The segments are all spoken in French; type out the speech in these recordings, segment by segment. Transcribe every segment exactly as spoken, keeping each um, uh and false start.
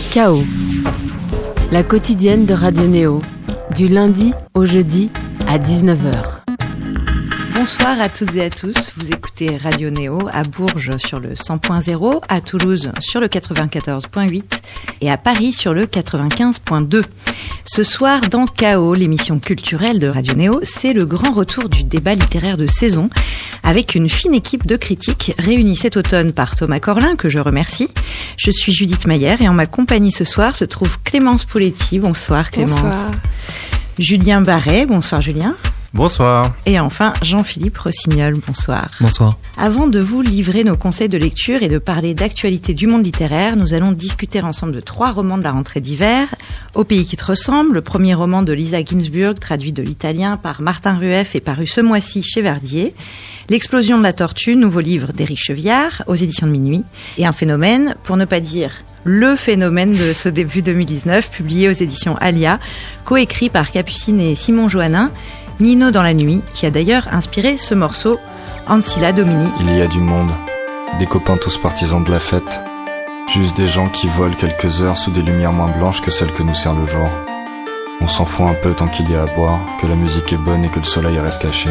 Chaos, la quotidienne de Radio Néo, du lundi au jeudi à dix-neuf heures. Bonsoir à toutes et à tous, vous écoutez Radio Néo à Bourges sur le cent point zéro, à Toulouse sur le quatre-vingt-quatorze point huit et à Paris sur le quatre-vingt-quinze point deux. Ce soir, dans Chaos, l'émission culturelle de Radio Néo, c'est le grand retour du débat littéraire de saison avec une fine équipe de critiques réunie cet automne par Thomas Corlin, que je remercie. Je suis Judith Mayer et en ma compagnie ce soir se trouve Clémence Poletti. Bonsoir Clémence. Bonsoir. Julien Barret. Bonsoir Julien. Bonsoir. Et enfin, Jean-Philippe Rossignol, bonsoir. Bonsoir. Avant de vous livrer nos conseils de lecture et de parler d'actualité du monde littéraire, nous allons discuter ensemble de trois romans de la rentrée d'hiver. Au pays qui te ressemble, le premier roman de Lisa Ginsburg, traduit de l'italien par Martin Rueff et paru ce mois-ci chez Verdier. L'explosion de la tortue, nouveau livre d'Éric Chevillard, aux éditions de Minuit. Et un phénomène, pour ne pas dire le phénomène de ce début deux mille dix-neuf, publié aux éditions Alia, coécrit par Capucine et Simon Joannin, Nino dans la nuit, qui a d'ailleurs inspiré ce morceau, Ancilla Domini. Il y a du monde, des copains tous partisans de la fête, juste des gens qui volent quelques heures sous des lumières moins blanches que celles que nous sert le jour. On s'en fout un peu tant qu'il y a à boire, que la musique est bonne et que le soleil reste caché.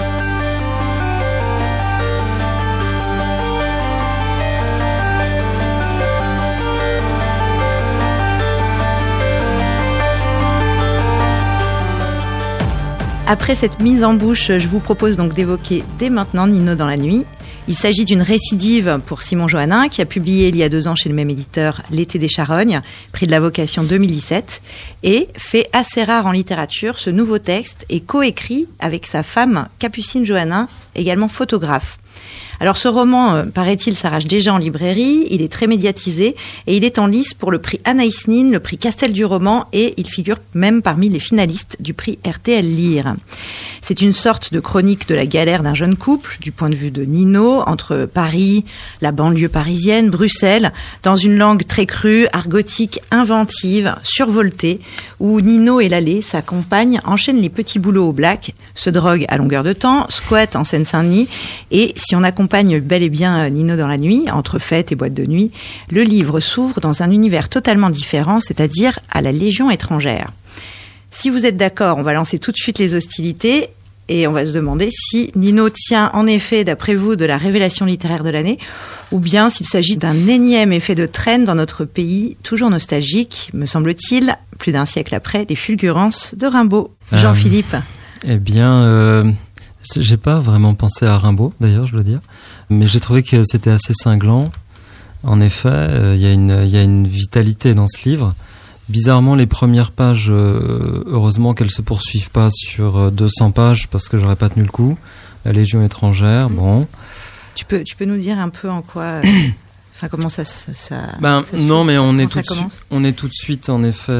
Après cette mise en bouche, je vous propose donc d'évoquer dès maintenant Nino dans la nuit. Il s'agit d'une récidive pour Simon Joannin, qui a publié il y a deux ans chez le même éditeur L'été des charognes, prix de la vocation deux mille dix-sept, et fait assez rare en littérature, ce nouveau texte est coécrit avec sa femme Capucine Joannin, également photographe. Alors ce roman, euh, paraît-il, s'arrache déjà en librairie, il est très médiatisé et il est en lice pour le prix Anaïs Nin, le prix Castel du roman et il figure même parmi les finalistes du prix R T L Lire. C'est une sorte de chronique de la galère d'un jeune couple, du point de vue de Nino, entre Paris, la banlieue parisienne, Bruxelles, dans une langue très crue, argotique, inventive, survoltée, où Nino et Lalé, sa compagne, enchaînent les petits boulots au black, se droguent à longueur de temps, squattent en Seine-Saint-Denis et si on accompagne bel et bien Nino dans la nuit, entre fêtes et boîtes de nuit, le livre s'ouvre dans un univers totalement différent, c'est-à-dire à la Légion étrangère. Si vous êtes d'accord, on va lancer tout de suite les hostilités et on va se demander si Nino tient en effet, d'après vous, de la révélation littéraire de l'année ou bien s'il s'agit d'un énième effet de traîne dans notre pays, toujours nostalgique, me semble-t-il, plus d'un siècle après, des fulgurances de Rimbaud. Euh, Jean-Philippe. Eh bien... Euh... J'ai pas vraiment pensé à Rimbaud, d'ailleurs, je dois dire, mais j'ai trouvé que c'était assez cinglant. En effet, il euh, y a une, y a une vitalité dans ce livre. Bizarrement, les premières pages, euh, heureusement qu'elles se poursuivent pas sur deux cents pages parce que j'aurais pas tenu le coup. La Légion étrangère, bon. Tu peux, tu peux nous dire un peu en quoi, euh, enfin comment ça, ça, ça Ben ça non, mais on est tout, de su- on est tout de suite en effet.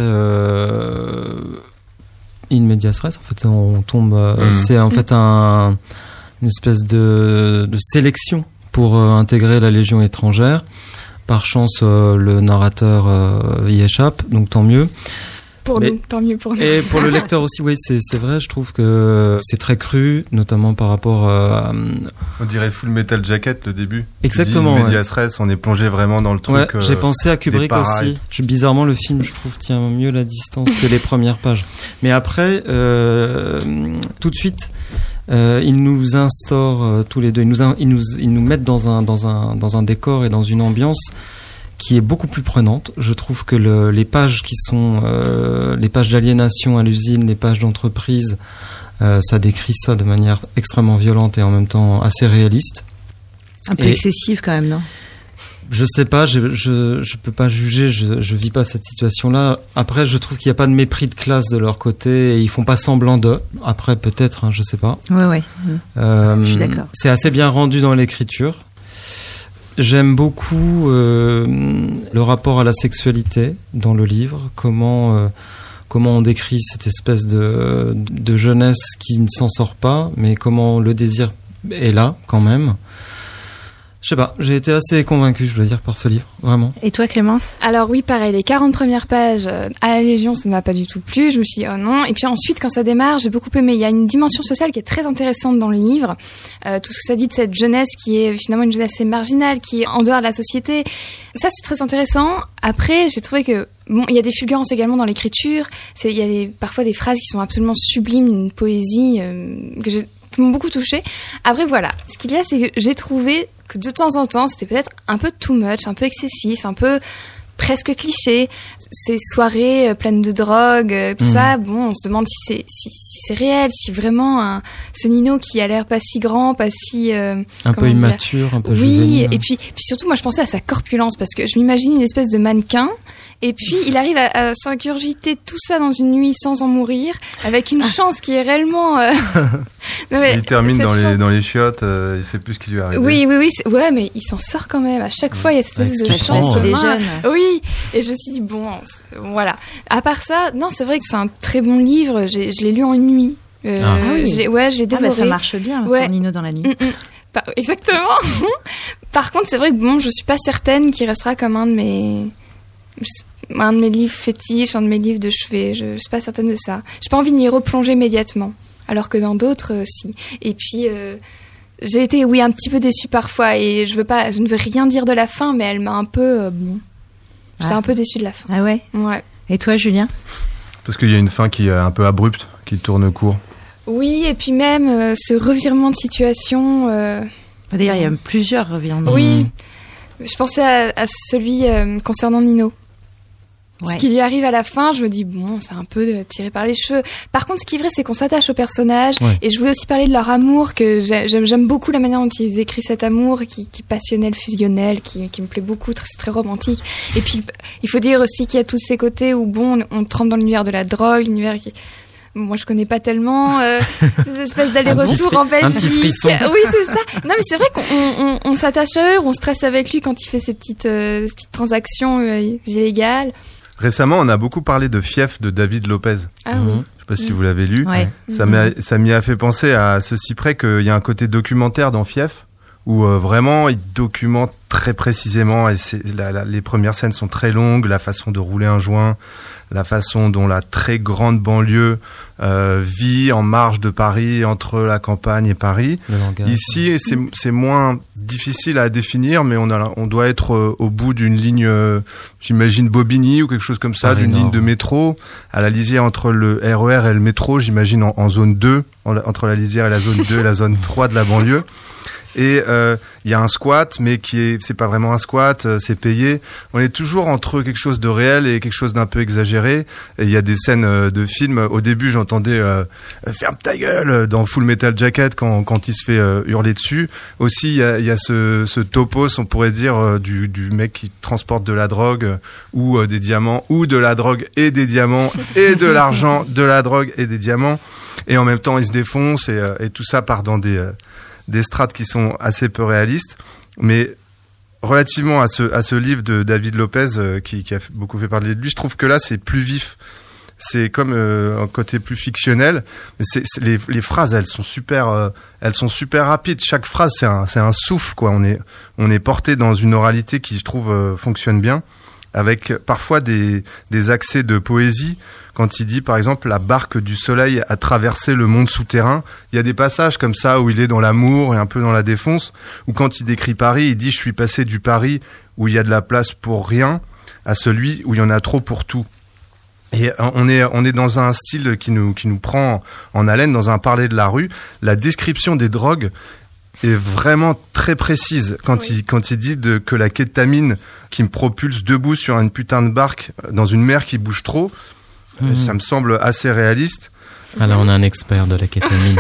Euh, in medias res, en fait, on tombe. Euh, mmh. C'est en fait un, une espèce de, de sélection pour euh, intégrer la Légion étrangère. Par chance, euh, le narrateur euh, y échappe, donc tant mieux. Pour Mais, nous, tant mieux pour nous. Et pour le lecteur aussi, oui, c'est, c'est vrai, je trouve que c'est très cru, notamment par rapport à... On dirait Full Metal Jacket, le début. Exactement. Tu dis, medias res, on est plongé vraiment dans le truc. Ouais, j'ai euh, pensé à Kubrick aussi. Je, bizarrement, le film, je trouve, tient mieux la distance que les premières pages. Mais après, euh, tout de suite, euh, ils nous instaurent euh, tous les deux, ils nous, ils nous, ils nous mettent dans un, dans un, dans un décor et dans une ambiance qui est beaucoup plus prenante. Je trouve que le, les pages qui sont euh, les pages d'aliénation à l'usine, les pages d'entreprise, euh, ça décrit ça de manière extrêmement violente et en même temps assez réaliste. Un peu et excessif quand même, non ? Je sais pas, je, je, je peux pas juger, je, je vis pas cette situation-là. Après, je trouve qu'il y a pas de mépris de classe de leur côté et ils font pas semblant d'eux. Après, peut-être, hein, je sais pas. Ouais, ouais. Euh, je suis d'accord. C'est assez bien rendu dans l'écriture. J'aime beaucoup euh, le rapport à la sexualité dans le livre, comment euh, comment on décrit cette espèce de de jeunesse qui ne s'en sort pas, mais comment le désir est là quand même. Je sais pas, j'ai été assez convaincu, je dois dire, par ce livre, vraiment. Et toi, Clémence ? Alors oui, pareil, les quarante premières pages à la Légion, ça ne m'a pas du tout plu. Je me suis dit, oh non. Et puis ensuite, quand ça démarre, j'ai beaucoup aimé. Il y a une dimension sociale qui est très intéressante dans le livre. Euh, tout ce que ça dit de cette jeunesse qui est finalement une jeunesse assez marginale, qui est en dehors de la société. Ça, c'est très intéressant. Après, j'ai trouvé que Bon, il y a des fulgurances également dans l'écriture. C'est, il y a des, parfois des phrases qui sont absolument sublimes, une poésie euh, que j'ai, qui m'ont beaucoup touchée. Après, voilà. Ce qu'il y a, c'est que j'ai trouvé que de temps en temps, c'était peut-être un peu too much, un peu excessif, un peu presque cliché. Ces soirées euh, pleines de drogue, euh, tout mmh. ça, bon, on se demande si c'est, si, si c'est réel, si vraiment un, ce Nino qui a l'air pas si grand, pas si... Euh, un peu immature, dire, un peu oui, juvénile. Et puis, puis surtout, moi, je pensais à sa corpulence, parce que je m'imagine une espèce de mannequin. Et puis, il arrive à, à s'ingurgiter tout ça dans une nuit sans en mourir, avec une chance qui est réellement... Euh... non, mais, il termine dans les, dans les chiottes, euh, il sait plus ce qui lui arrive. Oui, oui, oui. C'est... Ouais, mais il s'en sort quand même. À chaque fois, il y a cette espèce de chance qu'il est jeune. Oui, et je me suis dit, bon, voilà. À part ça, non, c'est vrai que c'est un très bon livre. J'ai, je l'ai lu en une nuit. Euh, ah oui. je l'ai, ouais, je l'ai dévoré. Ah bah ça marche bien, ouais. pour Nino dans la nuit. Mm-mm. Pas, exactement. Par contre, c'est vrai que bon, je suis pas certaine qu'il restera comme un de mes... un de mes livres fétiches, un de mes livres de chevet. Je, je suis pas certaine de ça. J'ai pas envie de m'y replonger immédiatement, alors que dans d'autres, euh, si. Et puis, euh, j'ai été, oui, un petit peu déçue parfois, et je veux pas, je ne veux rien dire de la fin, mais elle m'a un peu, euh, bon, je suis ah. un peu déçue de la fin. Ah ouais. Ouais. Et toi, Julien ? Parce qu'il y a une fin qui est un peu abrupte, qui tourne court. Oui, et puis même euh, ce revirement de situation. Euh, D'ailleurs, il y a plusieurs revirements. Oui. Je pensais à, à celui euh, concernant Nino. Ouais. Ce qui lui arrive à la fin, je me dis, bon, c'est un peu tiré par les cheveux. Par contre, ce qui est vrai, c'est qu'on s'attache aux personnages. Ouais. Et je voulais aussi parler de leur amour, que j'aime, j'aime beaucoup la manière dont ils écrivent cet amour, qui, qui est passionnel, fusionnel, qui, qui me plaît beaucoup, c'est très romantique. Et puis, il faut dire aussi qu'il y a tous ces côtés où, bon, on, on trempe dans l'univers de la drogue, l'univers qui... Moi, je connais pas tellement euh, ces espèces d'aller-retour en Belgique. Oui, c'est ça. Non, mais c'est vrai qu'on on, on s'attache à eux, on stresse avec lui quand il fait ses petites, euh, ces petites transactions euh, illégales. Récemment, on a beaucoup parlé de Fief de David Lopez. Ah oui. Je sais pas si vous l'avez lu. Ouais. Ça m'a, ça m'y a fait penser à ceci près qu'il y a un côté documentaire dans Fief où euh, vraiment il documente très précisément et c'est, la, la, les premières scènes sont très longues, la façon de rouler un joint, la façon dont la très grande banlieue euh, vit en marge de Paris, entre la campagne et Paris. Ici, ouais. c'est, c'est moins difficile à définir, mais on, a, on doit être euh, au bout d'une ligne, euh, j'imagine Bobigny ou quelque chose comme ça, Paris d'une Nord. Ligne de métro, à la lisière entre le R E R et le métro, j'imagine en, en zone deux, en, entre la lisière et la zone deux et la zone trois de la banlieue. Et il euh, y a un squat, mais qui est, c'est pas vraiment un squat, euh, c'est payé. On est toujours entre quelque chose de réel et quelque chose d'un peu exagéré. Et il y a des scènes euh, de films. Au début, j'entendais euh, ferme ta gueule dans Full Metal Jacket quand quand il se fait euh, hurler dessus. Aussi, il y a, y a ce, ce topos, on pourrait dire, euh, du du mec qui transporte de la drogue euh, ou euh, des diamants, ou de la drogue et des diamants et de l'argent, de la drogue et des diamants. Et en même temps, il se défonce et, euh, et tout ça part dans des euh, des strates qui sont assez peu réalistes, mais relativement à ce à ce livre de David Lopez euh, qui, qui a beaucoup fait parler de lui, je trouve que là c'est plus vif, c'est comme euh, un côté plus fictionnel. Mais c'est, c'est les les phrases elles sont super euh, elles sont super rapides. Chaque phrase c'est un c'est un souffle quoi. On est on est porté dans une oralité qui je trouve euh, fonctionne bien, avec parfois des des accès de poésie. Quand il dit, par exemple, la barque du soleil a traversé le monde souterrain, il y a des passages comme ça où il est dans l'amour et un peu dans la défonce, ou quand il décrit Paris, il dit « Je suis passé du Paris où il y a de la place pour rien à celui où il y en a trop pour tout ». Et on est, on est dans un style qui nous, qui nous prend en haleine, dans un parler de la rue. La description des drogues est vraiment très précise quand oui. il quand il dit de, que la kétamine qui me propulse debout sur une putain de barque dans une mer qui bouge trop, mmh. ça me semble assez réaliste. Ah là, on a un expert de la kétamine.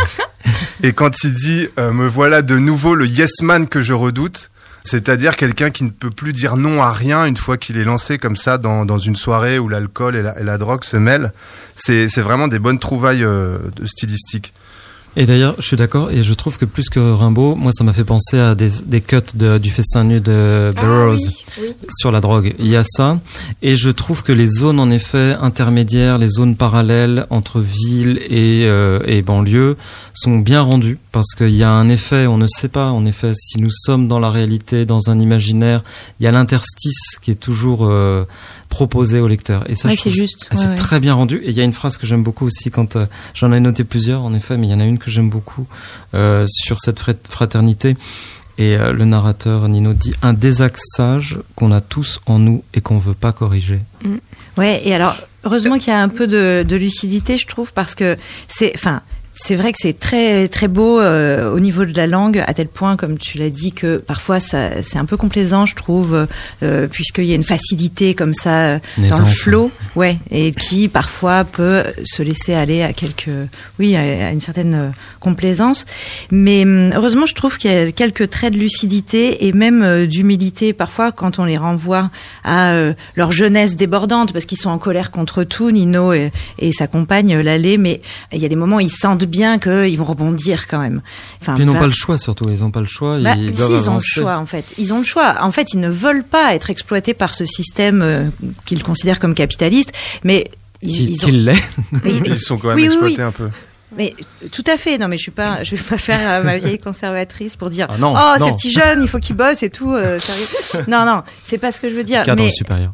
Et quand il dit euh, me voilà de nouveau le yes man que je redoute, c'est-à-dire quelqu'un qui ne peut plus dire non à rien une fois qu'il est lancé comme ça dans dans une soirée où l'alcool et la, et la drogue se mêlent. C'est c'est vraiment des bonnes trouvailles euh, de stylistiques. Et d'ailleurs, je suis d'accord, et je trouve que plus que Rimbaud, moi ça m'a fait penser à des, des cuts de, du Festin nu de Burroughs ah, oui, oui. sur la drogue. Il y a ça, et je trouve que les zones en effet intermédiaires, les zones parallèles entre ville et, euh, et banlieue sont bien rendues, parce qu'il y a un effet, on ne sait pas en effet si nous sommes dans la réalité, dans un imaginaire, il y a l'interstice qui est toujours... Euh, proposé au lecteur, et ça ouais, je trouve c'est juste c'est, ouais, c'est ouais. très bien rendu. Et il y a une phrase que j'aime beaucoup aussi, quand euh, j'en ai noté plusieurs en effet, mais il y en a une que j'aime beaucoup euh, sur cette fraternité Et euh, le narrateur Nino dit un désaxage qu'on a tous en nous et qu'on veut pas corriger. Mmh. Ouais, et alors heureusement qu'il y a un peu de, de lucidité, je trouve, parce que c'est, enfin, c'est vrai que c'est très très beau euh, au niveau de la langue, à tel point, comme tu l'as dit, que parfois ça, c'est un peu complaisant, je trouve, euh, puisqu'il y a une facilité comme ça Les dans enfants. le flow, ouais, et qui parfois peut se laisser aller à quelques, oui, à, à une certaine euh, complaisance. Mais heureusement, je trouve qu'il y a quelques traits de lucidité et même euh, d'humilité parfois quand on les renvoie à euh, leur jeunesse débordante, parce qu'ils sont en colère contre tout, Nino et, et sa compagne Lalé, mais il y a des moments où ils sentent bien qu'ils vont rebondir quand même. Enfin, ils n'ont bah, pas le choix surtout, ils n'ont pas le choix. bah, ils si, doivent ils avancer. ont le choix en fait. Ils ont le choix. En fait, ils ne veulent pas être exploités par ce système euh, qu'ils considèrent comme capitaliste, mais ils, Qui, ils qui ont... l'est. Mais- Ils sont quand même Oui, oui, exploités oui. un peu. Mais tout à fait. Non, mais je suis pas, je vais pas faire euh, ma vieille conservatrice pour dire Ah non, oh non. ces petits jeunes, il faut qu'ils bossent et tout. Euh, sérieux. Non, non, c'est pas ce que je veux dire. Cadre mais supérieur.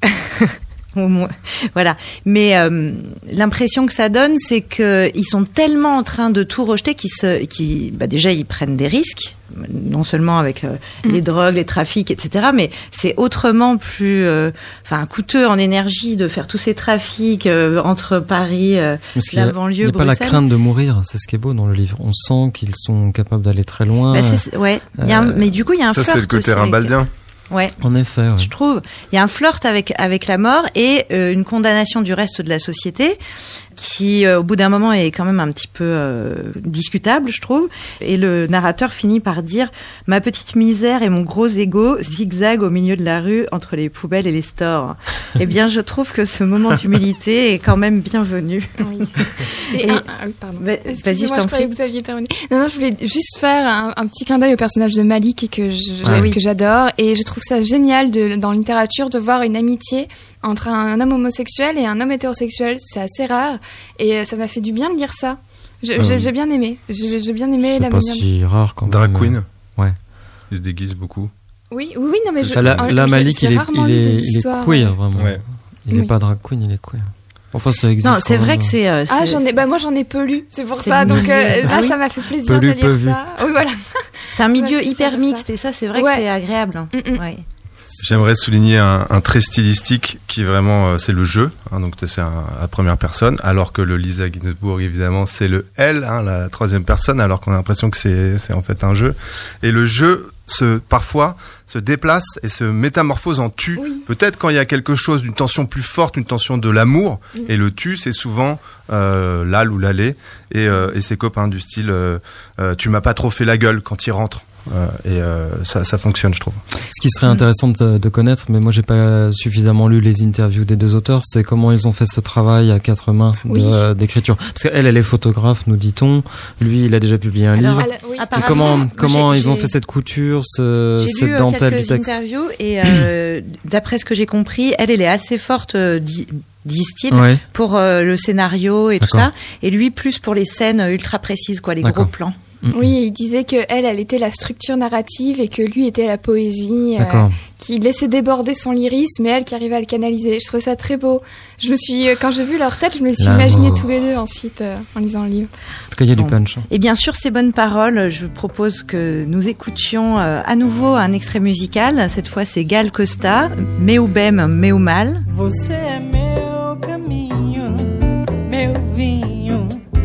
au moins, voilà. Mais euh, l'impression que ça donne, c'est que ils sont tellement en train de tout rejeter qu'ils se, qui, bah déjà ils prennent des risques, non seulement avec euh, Mm. les drogues, les trafics, et cetera. Mais c'est autrement plus, euh, enfin, coûteux en énergie de faire tous ces trafics euh, entre Paris, euh, Parce qu'il la y a- banlieue, il n'y a pas la Bruxelles. crainte de mourir, c'est ce qui est beau dans le livre. On sent qu'ils sont capables d'aller très loin. Bah, c'est- ouais. Il y a un- Euh, mais du coup, il y a un Ça, flirt c'est le côté aussi avec- rimbaldien. Ouais. En effet, ouais. Je trouve, il y a un flirt avec avec la mort et euh, une condamnation du reste de la société qui, euh, au bout d'un moment, est quand même un petit peu euh, discutable, je trouve. Et le narrateur finit par dire « Ma petite misère et mon gros ego zigzaguent au milieu de la rue entre les poubelles et les stores. » Eh bien, je trouve que ce moment d'humilité est quand même bienvenu. Oui. Et, Et- un- ah oui, pardon. Vas- Excusez-moi, vas-y, je t'en croyais prie. que vous aviez terminé. Non, non, je voulais juste faire un, un petit clin d'œil au personnage de Malik et que je- Ah oui. que j'adore. Et je trouve ça génial de, dans la littérature de voir une amitié entre un homme homosexuel et un homme hétérosexuel. C'est assez rare. Et euh, ça m'a fait du bien de lire ça. Je- Euh, J'ai j'ai bien aimé. J'ai j'ai bien aimé C'est la pas manière. si rare quand Drag même. queen. Ouais. Ils se déguisent beaucoup. Oui, oui, oui, non, mais je. Là, là, euh, là, j'ai- Malik, j'ai il est, rarement il lu est, des il est histoires, queer, euh, vraiment. Ouais. Il n'est Oui. pas drag queen, il est queer. Enfin, ça existe. Non, c'est quand vrai même. que c'est... euh, Ah, c'est- j'en ai. Bah, moi, j'en ai peu lu. C'est pour C'est ça. le Donc milieu. euh, Ah là, oui. ça m'a fait plaisir Peu lu, de peu lire vu. ça. Oui, voilà. C'est un milieu Ça m'a fait hyper ça, mixte ça. et ça, c'est vrai Ouais. que c'est agréable. Mm, mm. Ouais. J'aimerais souligner un, un trait stylistique qui vraiment, euh, c'est le jeu, hein, donc c'est un, à première personne, alors que le Lisa Ginsburg, évidemment, c'est le elle, hein, la, la troisième personne, alors qu'on a l'impression que c'est, c'est en fait un jeu. Et le jeu, se, parfois, se déplace et se métamorphose en tu. Oui. Peut-être quand il y a quelque chose, d'une tension plus forte, une tension de l'amour, Mm. et le tu, c'est souvent euh, l'al ou l'allé, et, euh, et ses copains du style euh, euh, tu m'as pas trop fait la gueule quand il rentre. Euh, et euh, ça, ça fonctionne, je trouve. Ce qui serait intéressant de, de connaître, mais moi j'ai pas suffisamment lu les interviews des deux auteurs, c'est comment ils ont fait ce travail à quatre mains de- Oui. euh, d'écriture. Parce qu'elle, elle est photographe, nous dit-on. Lui, il a déjà publié un Alors, livre. Alors, oui. Et apparemment, comment, moi, comment j'ai- ils ont j'ai- fait cette couture, ce, J'ai cette lu euh, dentelle du quelques texte. interviews et euh, d'après ce que j'ai compris, elle, elle est assez forte, euh, di- disent-ils, Ouais. pour euh, le scénario et tout D'accord. ça, et lui plus pour les scènes ultra précises, quoi, les gros D'accord. plans. Mm. Oui, il disait que elle, elle était la structure narrative et que lui était la poésie, euh, D'accord. qui laissait déborder son lyrisme, mais elle qui arrivait à le canaliser. Je trouvais ça très beau. Je me suis, euh, quand j'ai vu leur tête, je me suis L'amour. imaginé tous les deux ensuite euh, en lisant le livre. En tout cas, il y a du Bon. punch. Et bien sûr, ces bonnes paroles, je propose que nous écoutions euh, à nouveau un extrait musical. Cette fois, c'est Gal Costa, Meu Bem, Meu Mal. Você é meu caminho, meu vinho,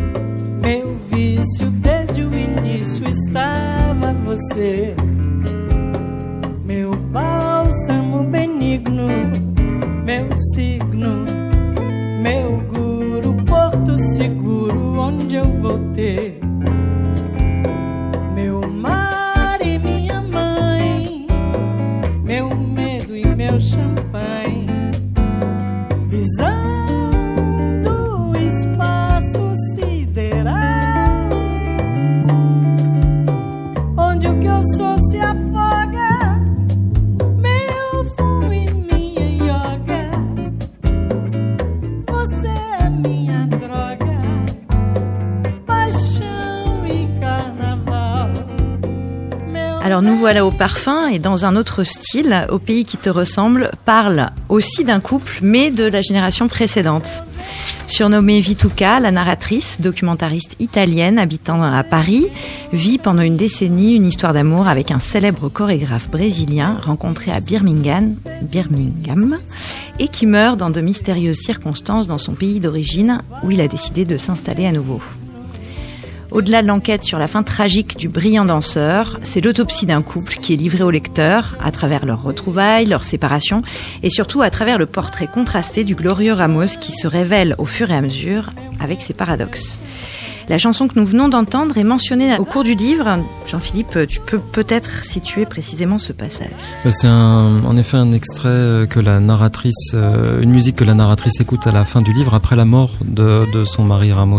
meu vício. Desde o início estava você, meu bálsamo benigno, meu signo, meu guru, porto seguro onde eu vou ter meu mar e minha mãe, meu medo e meu champanhe. Visão do espaço sideral, onde o que eu sou se afoga, meu fumo e minha yoga. Você é minha droga, paixão. Alors nous voilà au parfum et dans un autre style, Au pays qui te ressemble parle aussi d'un couple mais de la génération précédente. Surnommée Vituca, la narratrice, documentariste italienne habitant à Paris, vit pendant une décennie une histoire d'amour avec un célèbre chorégraphe brésilien rencontré à Birmingham, Birmingham et qui meurt dans de mystérieuses circonstances dans son pays d'origine où il a décidé de s'installer à nouveau. Au-delà de l'enquête sur la fin tragique du brillant danseur, c'est l'autopsie d'un couple qui est livrée au lecteur à travers leurs retrouvailles, leur séparation et surtout à travers le portrait contrasté du glorieux Ramos qui se révèle au fur et à mesure avec ses paradoxes. La chanson que nous venons d'entendre est mentionnée au cours du livre. Jean-Philippe, tu peux peut-être situer précisément ce passage. C'est un, en effet un extrait que la narratrice, une musique que la narratrice écoute à la fin du livre après la mort de, de son mari Ramos,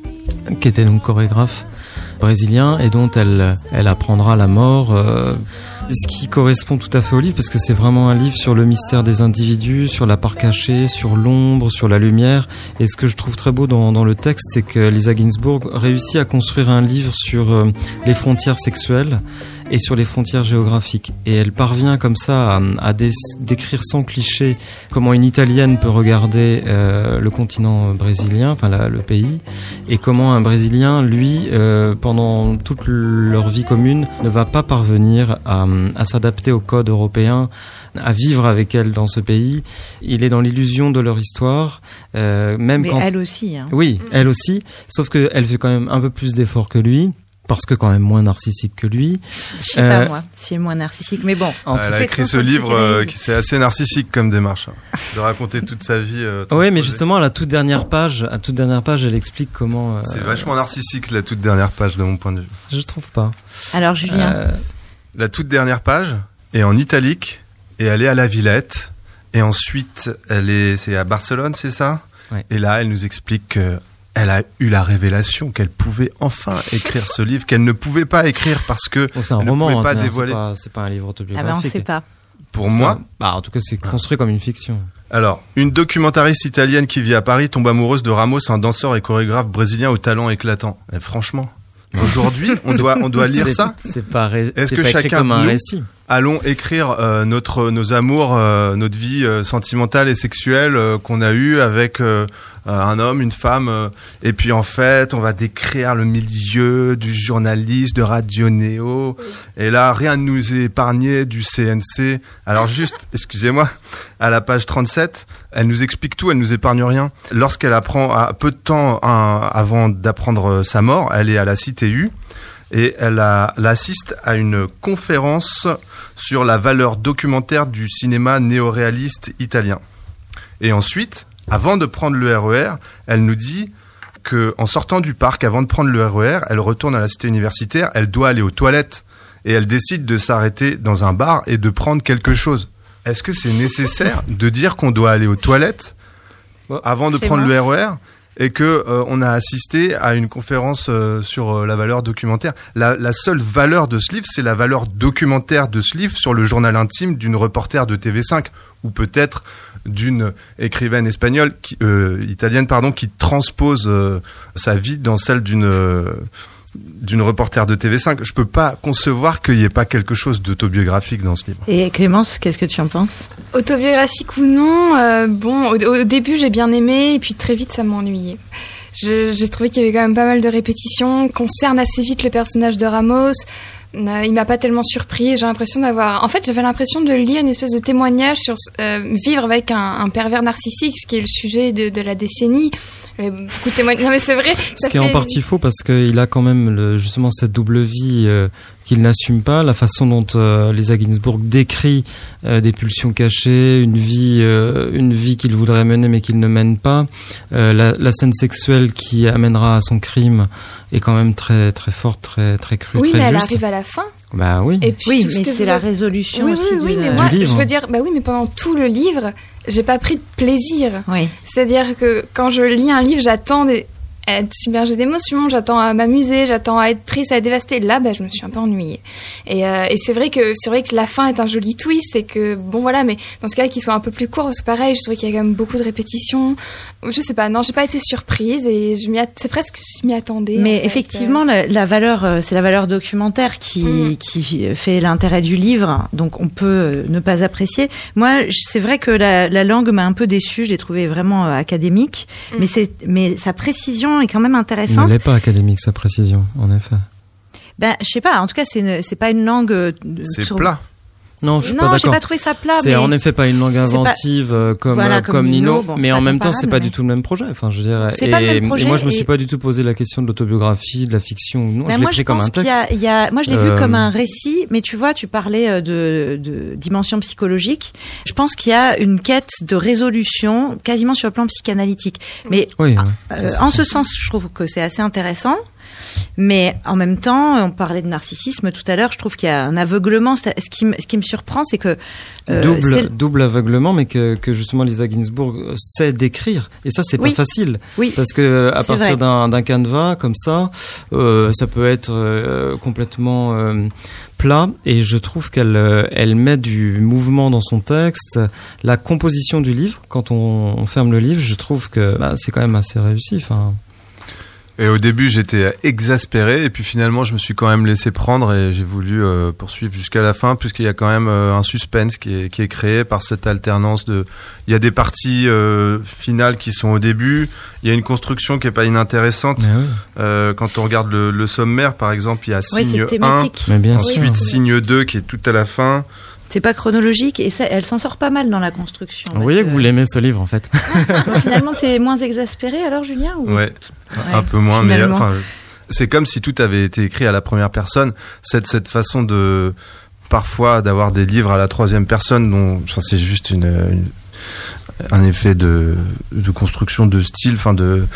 qui était donc chorégraphe brésilien et dont elle, elle apprendra la mort, euh, ce qui correspond tout à fait au livre parce que c'est vraiment un livre sur le mystère des individus, sur la part cachée, sur l'ombre, sur la lumière. Et ce que je trouve très beau dans, dans le texte, c'est que Lisa Ginsburg réussit à construire un livre sur euh, les frontières sexuelles et sur les frontières géographiques. Et elle parvient comme ça à, à dé- décrire sans cliché comment une Italienne peut regarder euh, le continent brésilien, enfin la, le pays, et comment un Brésilien, lui, euh, pendant toute leur vie commune, ne va pas parvenir à, à s'adapter au code européen, à vivre avec elle dans ce pays. Il est dans l'illusion de leur histoire, euh, même Mais quand... elle aussi. Hein. Oui, elle aussi, sauf qu'elle fait quand même un peu plus d'efforts que lui. Parce que quand même moins narcissique que lui. Je sais euh, pas moi, si elle est moins narcissique, mais bon. En elle a écrit ce livre euh, qui c'est assez narcissique comme démarche, hein, de raconter toute sa vie. Euh, oui, mais justement à la toute dernière page, à la toute dernière page, elle explique comment. Euh, c'est vachement narcissique la toute dernière page de mon point de vue. Je trouve pas. Alors Julien. Euh... La toute dernière page est en italique et elle est à la Villette et ensuite elle est, c'est à Barcelone, c'est ça? Ouais. Et là, elle nous explique que elle a eu la révélation qu'elle pouvait enfin écrire ce livre, qu'elle ne pouvait pas écrire parce que oh, c'est un elle roman, ne pouvait pas hein, dévoiler. C'est pas, c'est pas un livre autobiographique. Ah ben on sait pas. Pour moi, bah en tout cas c'est construit comme une fiction. Alors, une documentariste italienne qui vit à Paris tombe amoureuse de Ramos, un danseur et chorégraphe brésilien au talent éclatant. Et franchement, aujourd'hui, on doit on doit lire c'est, ça. C'est pas ré... Est-ce c'est que pas chacun comme un nous récit. Allons écrire euh, notre nos amours, euh, notre vie euh, sentimentale et sexuelle euh, qu'on a eue avec euh, un homme, une femme, euh, et puis en fait, on va décrire le milieu du journaliste de Radio Néo. Et là, rien ne nous est épargné du C N C. Alors juste, excusez-moi, à la page trente-sept, elle nous explique tout, elle nous épargne rien. Lorsqu'elle apprend, à peu de temps un, avant d'apprendre sa mort, elle est à la C T U. Et elle, a, elle assiste à une conférence sur la valeur documentaire du cinéma néoréaliste italien. Et ensuite, avant de prendre le R E R, elle nous dit que, en sortant du parc, avant de prendre le R E R, elle retourne à la cité universitaire, elle doit aller aux toilettes et elle décide de s'arrêter dans un bar et de prendre quelque chose. Est-ce que c'est nécessaire de dire qu'on doit aller aux toilettes avant de prendre le R E R ? Et que euh, on a assisté à une conférence euh, sur euh, la valeur documentaire. La, la seule valeur de ce livre, c'est la valeur documentaire de ce livre sur le journal intime d'une reporter de T V cinq ou peut-être d'une écrivaine espagnole, qui, euh, italienne pardon, qui transpose euh, sa vie dans celle d'une euh, d'une reporter de T V cinq. Je peux pas concevoir qu'il y ait pas quelque chose d'autobiographique dans ce livre. Et Clémence, qu'est-ce que tu en penses ? Autobiographique ou non, euh, bon, au, au début j'ai bien aimé et puis très vite ça m'a ennuyé. Je, j'ai trouvé qu'il y avait quand même pas mal de répétitions, qu'on cerne assez vite le personnage de Ramos. Euh, il m'a pas tellement surpris. J'ai l'impression d'avoir, en fait, j'avais l'impression de lire une espèce de témoignage sur euh, vivre avec un, un pervers narcissique, ce qui est le sujet de, de la décennie. Euh, beaucoup de témoignages. Non mais c'est vrai. Ce qui fait... est en partie faux parce qu'il a quand même le, justement cette double vie euh, qu'il n'assume pas. La façon dont euh, Lisa Ginsburg décrit euh, des pulsions cachées, une vie, euh, une vie qu'il voudrait mener mais qu'il ne mène pas. Euh, la, la scène sexuelle qui amènera à son crime est quand même très très forte, très très crue, oui, très mais juste. Elle arrive à la fin. Bah oui. Et puis, oui, mais c'est vous... la résolution oui, aussi oui, oui, du, mais du moi, livre. Je veux dire, bah oui, mais pendant tout le livre, j'ai pas pris de plaisir. Oui. C'est-à-dire que quand je lis un livre, j'attends des... être submergée d'émotions, j'attends à m'amuser, j'attends à être triste, à être dévastée. Là, bah, je me suis un peu ennuyée. Et, euh, et c'est vrai que c'est vrai que la fin est un joli twist et que bon voilà, mais dans ce cas-là, qu'il soit un peu plus court, c'est pareil. Je trouvais qu'il y a quand même beaucoup de répétitions. Je sais pas, non, j'ai pas été surprise et je m'y att- c'est presque je m'y attendais. Mais en fait. effectivement, la, la valeur, euh, c'est la valeur documentaire qui mmh. qui fait l'intérêt du livre. Donc on peut euh, ne pas apprécier. Moi, c'est vrai que la, la langue m'a un peu déçue. Je l'ai trouvée vraiment euh, académique, mmh. mais c'est mais sa précision est quand même intéressante. Elle n'est pas académique, sa précision, en effet. Ben, je sais pas. En tout cas, c'est une, c'est pas une langue. Euh, c'est sur... plat. Non, je suis non, pas d'accord. j'ai pas trouvé ça plat. C'est mais en effet pas une langue inventive pas... comme, voilà, euh, comme, comme Nino, bon, mais en même temps, c'est pas mais... du tout le même projet. Enfin, je veux dire. C'est et, pas le même projet. Et moi, je me et... suis pas du tout posé la question de l'autobiographie, de la fiction. Non, ben je l'ai moi, pris je comme pense un texte. qu'il y a, il y a... Moi, je l'ai euh... vu comme un récit, mais tu vois, tu parlais de, de dimension psychologique. Je pense qu'il y a une quête de résolution, quasiment sur le plan psychanalytique. Mais oui, ouais, euh, en ce sens, je trouve que c'est assez intéressant. Mais en même temps, on parlait de narcissisme tout à l'heure, je trouve qu'il y a un aveuglement. Ce qui me, ce qui me surprend, c'est que... Euh, double, c'est... double aveuglement, mais que, que justement Lisa Ginsburg sait décrire. Et ça, c'est oui. pas facile. Oui. Parce que à c'est partir d'un, d'un canevas comme ça, euh, ça peut être euh, complètement... Euh, plat, et je trouve qu'elle elle met du mouvement dans son texte. La composition du livre, quand on, on ferme le livre, je trouve que bah, c'est quand même assez réussi. Enfin... Et au début, j'étais exaspéré, et puis finalement, je me suis quand même laissé prendre, et j'ai voulu euh, poursuivre jusqu'à la fin, puisqu'il y a quand même euh, un suspense qui est, qui est créé par cette alternance de... Il y a des parties euh, finales qui sont au début, il y a une construction qui est pas inintéressante. Oui. Euh, quand on regarde le, le sommaire, par exemple, il y a ouais, signe un, Mais bien ensuite sûr. signe deux qui est tout à la fin. C'est pas chronologique et ça, elle s'en sort pas mal dans la construction. Vous voyez que... que vous l'aimez ce livre en fait. Bon, finalement, t'es moins exaspéré alors, Julien ou... Ouais, ouais, un peu moins, finalement. Mais enfin, c'est comme si tout avait été écrit à la première personne. Cette cette façon de parfois d'avoir des livres à la troisième personne, dont enfin, c'est juste une, une un effet de de construction de style, enfin de.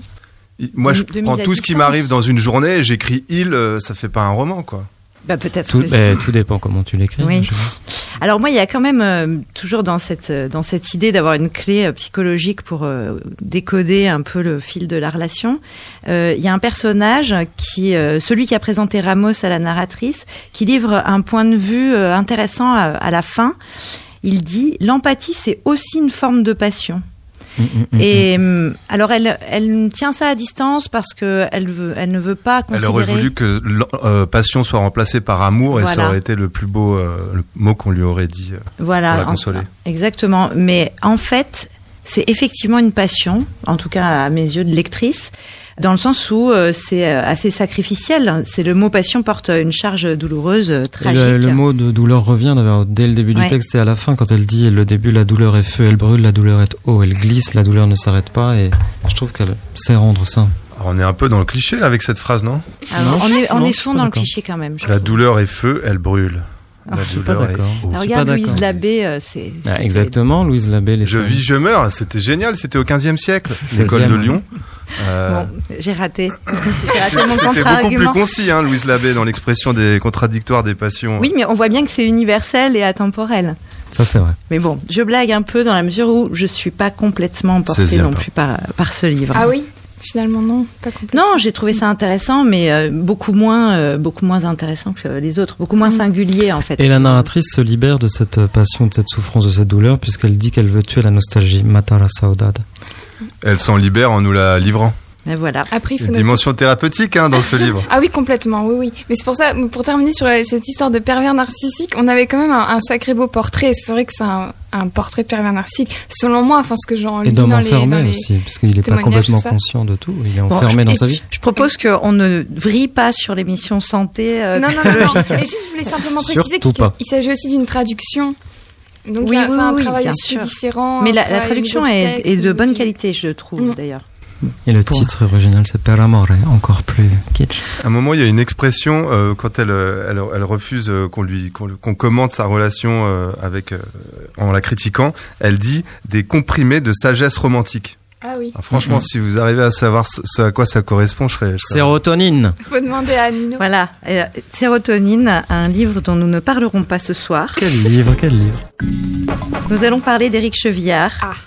Moi, je de prends tout ce qui m'arrive dans une journée, et j'écris il, ça fait pas un roman, quoi. Bah peut-être tout, que bah, tout dépend comment tu l'écris. Oui. Alors moi, il y a quand même euh, toujours dans cette dans cette idée d'avoir une clé euh, psychologique pour euh, décoder un peu le fil de la relation. Euh, il y a un personnage qui, euh, celui qui a présenté Ramos à la narratrice, qui livre un point de vue euh, intéressant à, à la fin. Il dit l'empathie, c'est aussi une forme de passion. Mmh, mmh, et mmh. alors elle, elle tient ça à distance parce que elle veut, elle ne veut pas considérer. Elle aurait voulu que euh, passion soit remplacée par amour, voilà. Et ça aurait été le plus beau euh, le mot qu'on lui aurait dit euh, voilà, pour la consoler. En, exactement. Mais en fait, c'est effectivement une passion, en tout cas à mes yeux de lectrice, dans le sens où euh, c'est assez sacrificiel. C'est le mot passion porte une charge douloureuse, euh, tragique. Le, le mot de douleur revient d'ailleurs dès le début du ouais. texte et à la fin quand elle dit le début la douleur est feu, elle brûle, la douleur est eau, elle glisse, la douleur ne s'arrête pas et je trouve qu'elle sait rendre ça. Alors on est un peu dans le cliché là avec cette phrase, non? Alors, non on est, on non, est souvent dans le cliché quand même. La douleur est feu, elle brûle. Ah, je suis pas d'accord. Alors, regarde Louise Labbé, euh, c'est. Ah, exactement, Louise Labbé. Les je scènes. vis, je meurs. C'était génial. C'était au quinzième siècle, l'école de Lyon. Euh... Bon, j'ai raté. J'ai raté mon C'était beaucoup plus concis, hein, Louise Labbé, dans l'expression des contradictoires des passions. Oui, mais on voit bien que c'est universel et atemporel. Ça, c'est vrai. Mais bon, je blague un peu dans la mesure où je suis pas complètement emportée non plus par, par ce livre. Ah oui? Finalement, non, pas complètement. Non, j'ai trouvé ça intéressant, mais euh, beaucoup moins, euh, beaucoup moins intéressant que les autres, beaucoup moins mmh. singulier en fait. Et la narratrice se libère de cette passion, de cette souffrance, de cette douleur, puisqu'elle dit qu'elle veut tuer la nostalgie, matar la saudade. Elle s'en libère en nous la livrant. Mais voilà. Après, il faut une dimension thérapeutique hein, dans ce livre. Ah oui, complètement, oui, oui. Mais c'est pour ça, pour terminer sur cette histoire de pervers narcissique, on avait quand même un, un sacré beau portrait. C'est vrai que c'est un, un portrait de pervers narcissique, selon moi, enfin ce que j'en lis dans les... Et d'homme enfermé aussi, parce qu'il n'est pas complètement conscient de tout. Il est bon, enfermé je, dans sa vie. Je propose qu'on ne vrille pas sur l'émission santé. Euh, non, non, non, non. Mais juste, je voulais simplement préciser qu'il il s'agit aussi d'une traduction. Donc oui, là, oui, c'est un oui, travail bien aussi sûr. différent. Mais la, la traduction est, est de bonne qualité, je trouve, mmh. d'ailleurs. Et le Pour... titre original, c'est Per amore, encore plus kitsch. À un moment, il y a une expression euh, quand elle, elle, elle refuse euh, qu'on lui qu'on, qu'on commente sa relation euh, avec euh, en la critiquant. Elle dit des comprimés de sagesse romantique. Ah oui. Alors, franchement, mmh. si vous arrivez à savoir ce, ce à quoi ça correspond, je serais. Je serais... Sérotonine. Faut demander à Nino. Voilà, euh, Sérotonine, un livre dont nous ne parlerons pas ce soir. Quel livre, quel livre. Nous allons parler d'Éric Chevillard. Ah.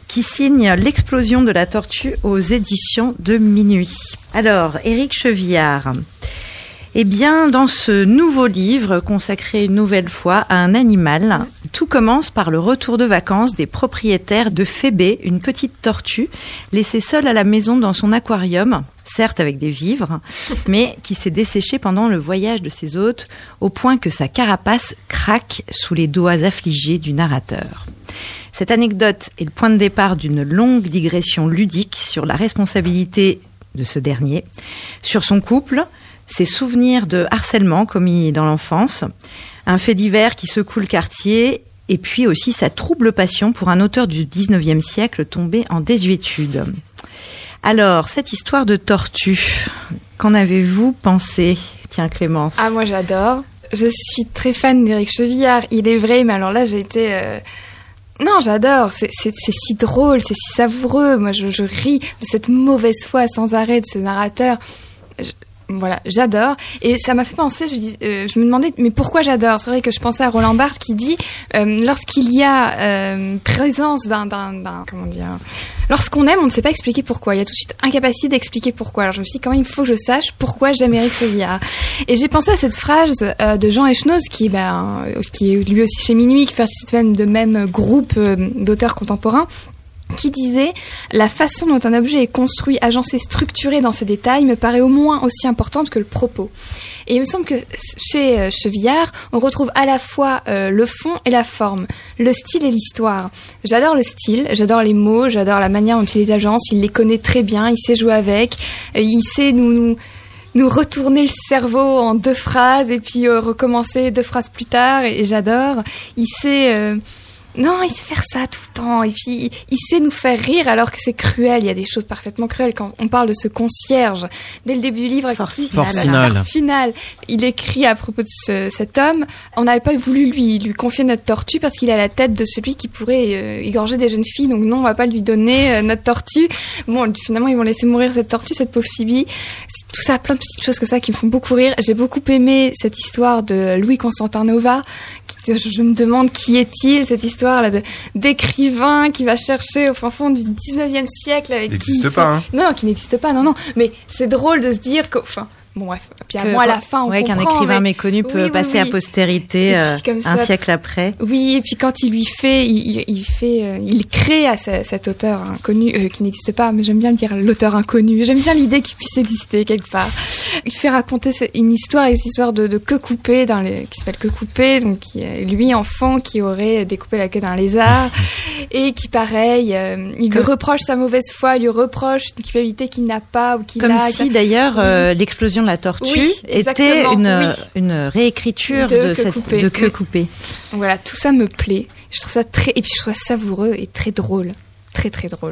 qui signe L'explosion de la tortue aux éditions de Minuit. Alors, Éric Chevillard, eh bien, dans ce nouveau livre consacré une nouvelle fois à un animal, tout commence par le retour de vacances des propriétaires de Phébé, une petite tortue laissée seule à la maison dans son aquarium, certes avec des vivres, mais qui s'est desséchée pendant le voyage de ses hôtes au point que sa carapace craque sous les doigts affligés du narrateur. Cette anecdote est le point de départ d'une longue digression ludique sur la responsabilité de ce dernier, sur son couple, ses souvenirs de harcèlement commis dans l'enfance, un fait divers qui secoue le quartier, et puis aussi sa trouble passion pour un auteur du dix-neuvième siècle tombé en désuétude. Alors, cette histoire de tortue, qu'en avez-vous pensé ? Tiens, Clémence. Ah, moi j'adore. Je suis très fan d'Éric Chevillard. Il est vrai, mais alors là j'ai été... Euh... Non, j'adore. C'est, c'est, c'est si drôle, c'est si savoureux. Moi je, je ris de cette mauvaise foi sans arrêt de ce narrateur. Je... Voilà, j'adore. Et ça m'a fait penser, je, dis, euh, je me demandais, mais pourquoi j'adore ? C'est vrai que je pensais à Roland Barthes qui dit, euh, lorsqu'il y a euh, présence d'un, d'un, d'un... Comment dire ? Lorsqu'on aime, on ne sait pas expliquer pourquoi. Il y a tout de suite incapacité d'expliquer pourquoi. Alors je me suis dit, quand même, il faut que je sache pourquoi j'aime Éric Chevillard. Et j'ai pensé à cette phrase euh, de Jean Echenoz, qui, ben, qui est lui aussi chez Minuit, qui fait partie même de même groupe euh, d'auteurs contemporains, qui disait « La façon dont un objet est construit, agencé, structuré dans ses détails me paraît au moins aussi importante que le propos. » Et il me semble que chez euh, Chevillard, on retrouve à la fois euh, le fond et la forme, le style et l'histoire. J'adore le style, j'adore les mots, j'adore la manière dont il les agence, il les connaît très bien, il sait jouer avec, euh, il sait nous... nous nous retourner le cerveau en deux phrases et puis euh, recommencer deux phrases plus tard, et, et j'adore. Il sait... Euh, Non, il sait faire ça tout le temps. Et puis, il sait nous faire rire alors que c'est cruel. Il y a des choses parfaitement cruelles. Quand on parle de ce concierge, dès le début du livre, Forcinal. Final, il écrit à propos de ce, cet homme, on n'avait pas voulu lui, lui confier notre tortue parce qu'il a la tête de celui qui pourrait euh, égorger des jeunes filles. Donc non, on va pas lui donner euh, notre tortue. Bon, finalement, ils vont laisser mourir cette tortue, cette pauvre Phoebe. C'est tout ça, plein de petites choses comme ça qui me font beaucoup rire. J'ai beaucoup aimé cette histoire de Louis-Constantin Nova. Qui, je, je me demande qui est-il, cette histoire là de d'écrivain qui va chercher au fin fond du dix-neuvième siècle avec qui n'existe pas hein. non qui n'existe pas non non mais c'est drôle de se dire que enfin bon bref puis à que, moi à la fin on ouais, comprend qu'un écrivain mais... méconnu peut oui, passer oui, à oui. postérité euh, ça, un siècle après. Oui, et puis quand il lui fait il, il fait euh, il crée à ce, cet auteur inconnu euh, qui n'existe pas, mais j'aime bien le dire l'auteur inconnu, j'aime bien l'idée qu'il puisse exister quelque part. Il fait raconter une histoire, une histoire de, de queue coupée dans les, qui s'appelle Queue coupée, donc qui est lui enfant qui aurait découpé la queue d'un lézard et qui pareil euh, il Comme... lui reproche sa mauvaise foi, il lui reproche une culpabilité qu'il n'a pas ou qu'il Comme a. si d'ailleurs oui. euh, l'explosion de la tortue oui, était une, oui. une réécriture de, de, cette, coupée. de queue coupée. Donc voilà, tout ça me plaît. Je trouve ça très, et puis je trouve ça savoureux et très drôle, très très drôle.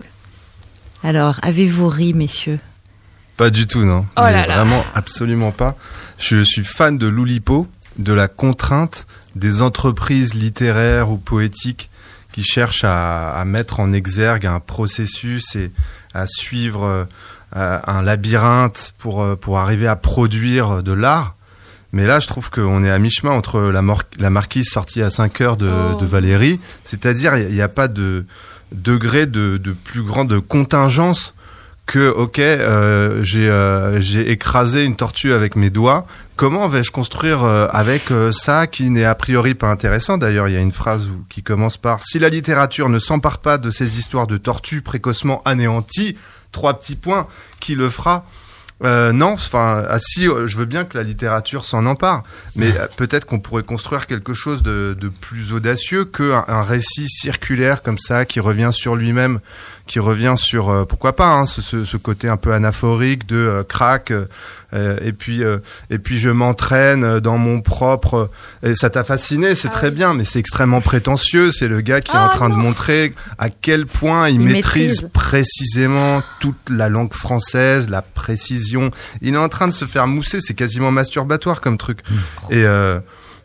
Alors, avez-vous ri, messieurs ? Pas du tout, non. Oh là là. Vraiment, absolument pas. Je suis fan de l'Oulipo, de la contrainte des entreprises littéraires ou poétiques qui cherchent à, à mettre en exergue un processus et à suivre euh, un labyrinthe pour, pour arriver à produire de l'art. Mais là, je trouve qu'on est à mi-chemin entre la, mor- la marquise sortie à cinq heures de, oh. de Valérie, c'est-à-dire il n'y a, a pas de degré de, de plus grande contingence que, ok, euh, j'ai, euh, j'ai écrasé une tortue avec mes doigts, comment vais-je construire euh, avec euh, ça qui n'est a priori pas intéressant ? D'ailleurs, il y a une phrase où, qui commence par « Si la littérature ne s'empare pas de ces histoires de tortues précocement anéanties, trois petits points, qui le fera ?» Euh, non, enfin, ah, si, je veux bien que la littérature s'en empare, mais euh, peut-être qu'on pourrait construire quelque chose de, de plus audacieux qu'un un récit circulaire comme ça qui revient sur lui-même, qui revient sur euh, pourquoi pas hein, ce, ce, ce côté un peu anaphorique de euh, crack euh, et puis euh, et puis je m'entraîne dans mon propre et ça t'a fasciné, c'est ah très oui. bien, mais c'est extrêmement prétentieux. C'est le gars qui ah, est en train non. de montrer à quel point il, il maîtrise, maîtrise précisément toute la langue française, la précision. Il est en train de se faire mousser, c'est quasiment masturbatoire comme truc. Mmh. Et euh,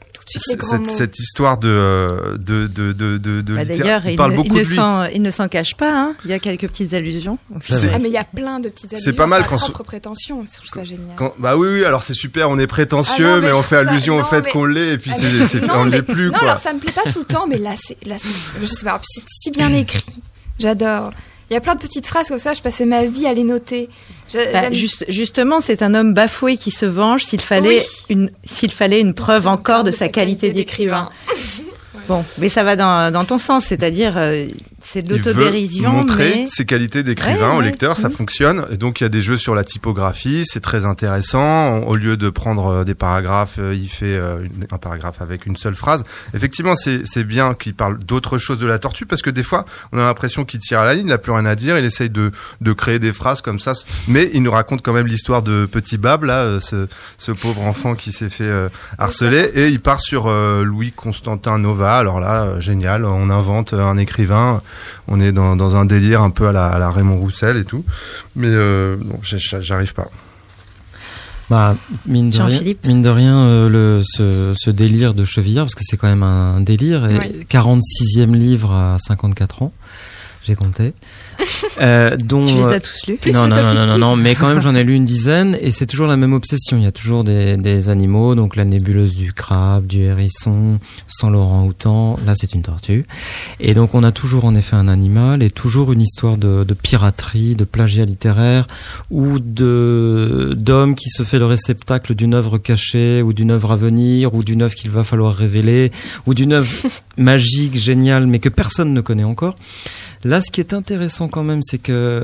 cette, cette histoire de de de de de, de bah d'ailleurs, il, parle ne, beaucoup il, de ne s'en, il ne s'en cache pas. Hein. Il y a quelques petites allusions. Ah mais il y a plein de petites allusions. C'est pas mal sa quand propre prétention. Je trouve ça génial. Quand, bah oui oui. Alors c'est super. On est prétentieux, ah non, mais, mais on fait allusion ça, au fait mais... qu'on l'est et puis ah, c'est, c'est, c'est on ne l'est plus. Non quoi. alors ça me plaît pas tout le temps, mais là c'est là c'est, je sais pas. C'est si bien écrit. J'adore. Il y a plein de petites phrases comme ça, je passais ma vie à les noter. Je, bah, juste, justement, c'est un homme bafoué qui se venge s'il fallait, oui. une, s'il fallait une preuve encore de, de sa qualité, qualité d'écrivain. d'écrivain. Bon, mais ça va dans, dans ton sens, c'est-à-dire euh, c'est de l'autodérision. Il veut montrer mais... ses qualités d'écrivain ouais, au lecteur, ouais. ça mmh. fonctionne. Et donc il y a des jeux sur la typographie, c'est très intéressant. Au lieu de prendre des paragraphes, il fait un paragraphe avec une seule phrase. Effectivement, c'est, c'est bien qu'il parle d'autres choses de la tortue, parce que des fois, on a l'impression qu'il tire à la ligne, il n'a plus rien à dire, il essaye de, de créer des phrases comme ça. Mais il nous raconte quand même l'histoire de Petit Bab, là, ce, ce pauvre enfant qui s'est fait euh, harceler. Et il part sur euh, Louis-Constantin Nova. Alors là, euh, génial, on invente un écrivain, on est dans, dans un délire un peu à la, à la Raymond Roussel et tout, mais euh, bon, j'arrive pas. Bah, mine de rien, mine de rien euh, le, ce, ce délire de Chevillard, parce que c'est quand même un délire, et oui. quarante-sixième livre à cinquante-quatre ans, j'ai compté. Euh, dont, tu les as tous lus? Non, non, non, non, non, non, mais quand même j'en ai lu une dizaine, et c'est toujours la même obsession. Il y a toujours des, des animaux, donc la nébuleuse du crabe, du hérisson, sans l'orang-outan, là c'est une tortue. Et donc on a toujours en effet un animal, et toujours une histoire de, de piraterie, de plagiat littéraire, ou de, d'homme qui se fait le réceptacle d'une œuvre cachée, ou d'une œuvre à venir, ou d'une œuvre qu'il va falloir révéler, ou d'une œuvre magique, géniale, mais que personne ne connaît encore. Là, ce qui est intéressant quand même, c'est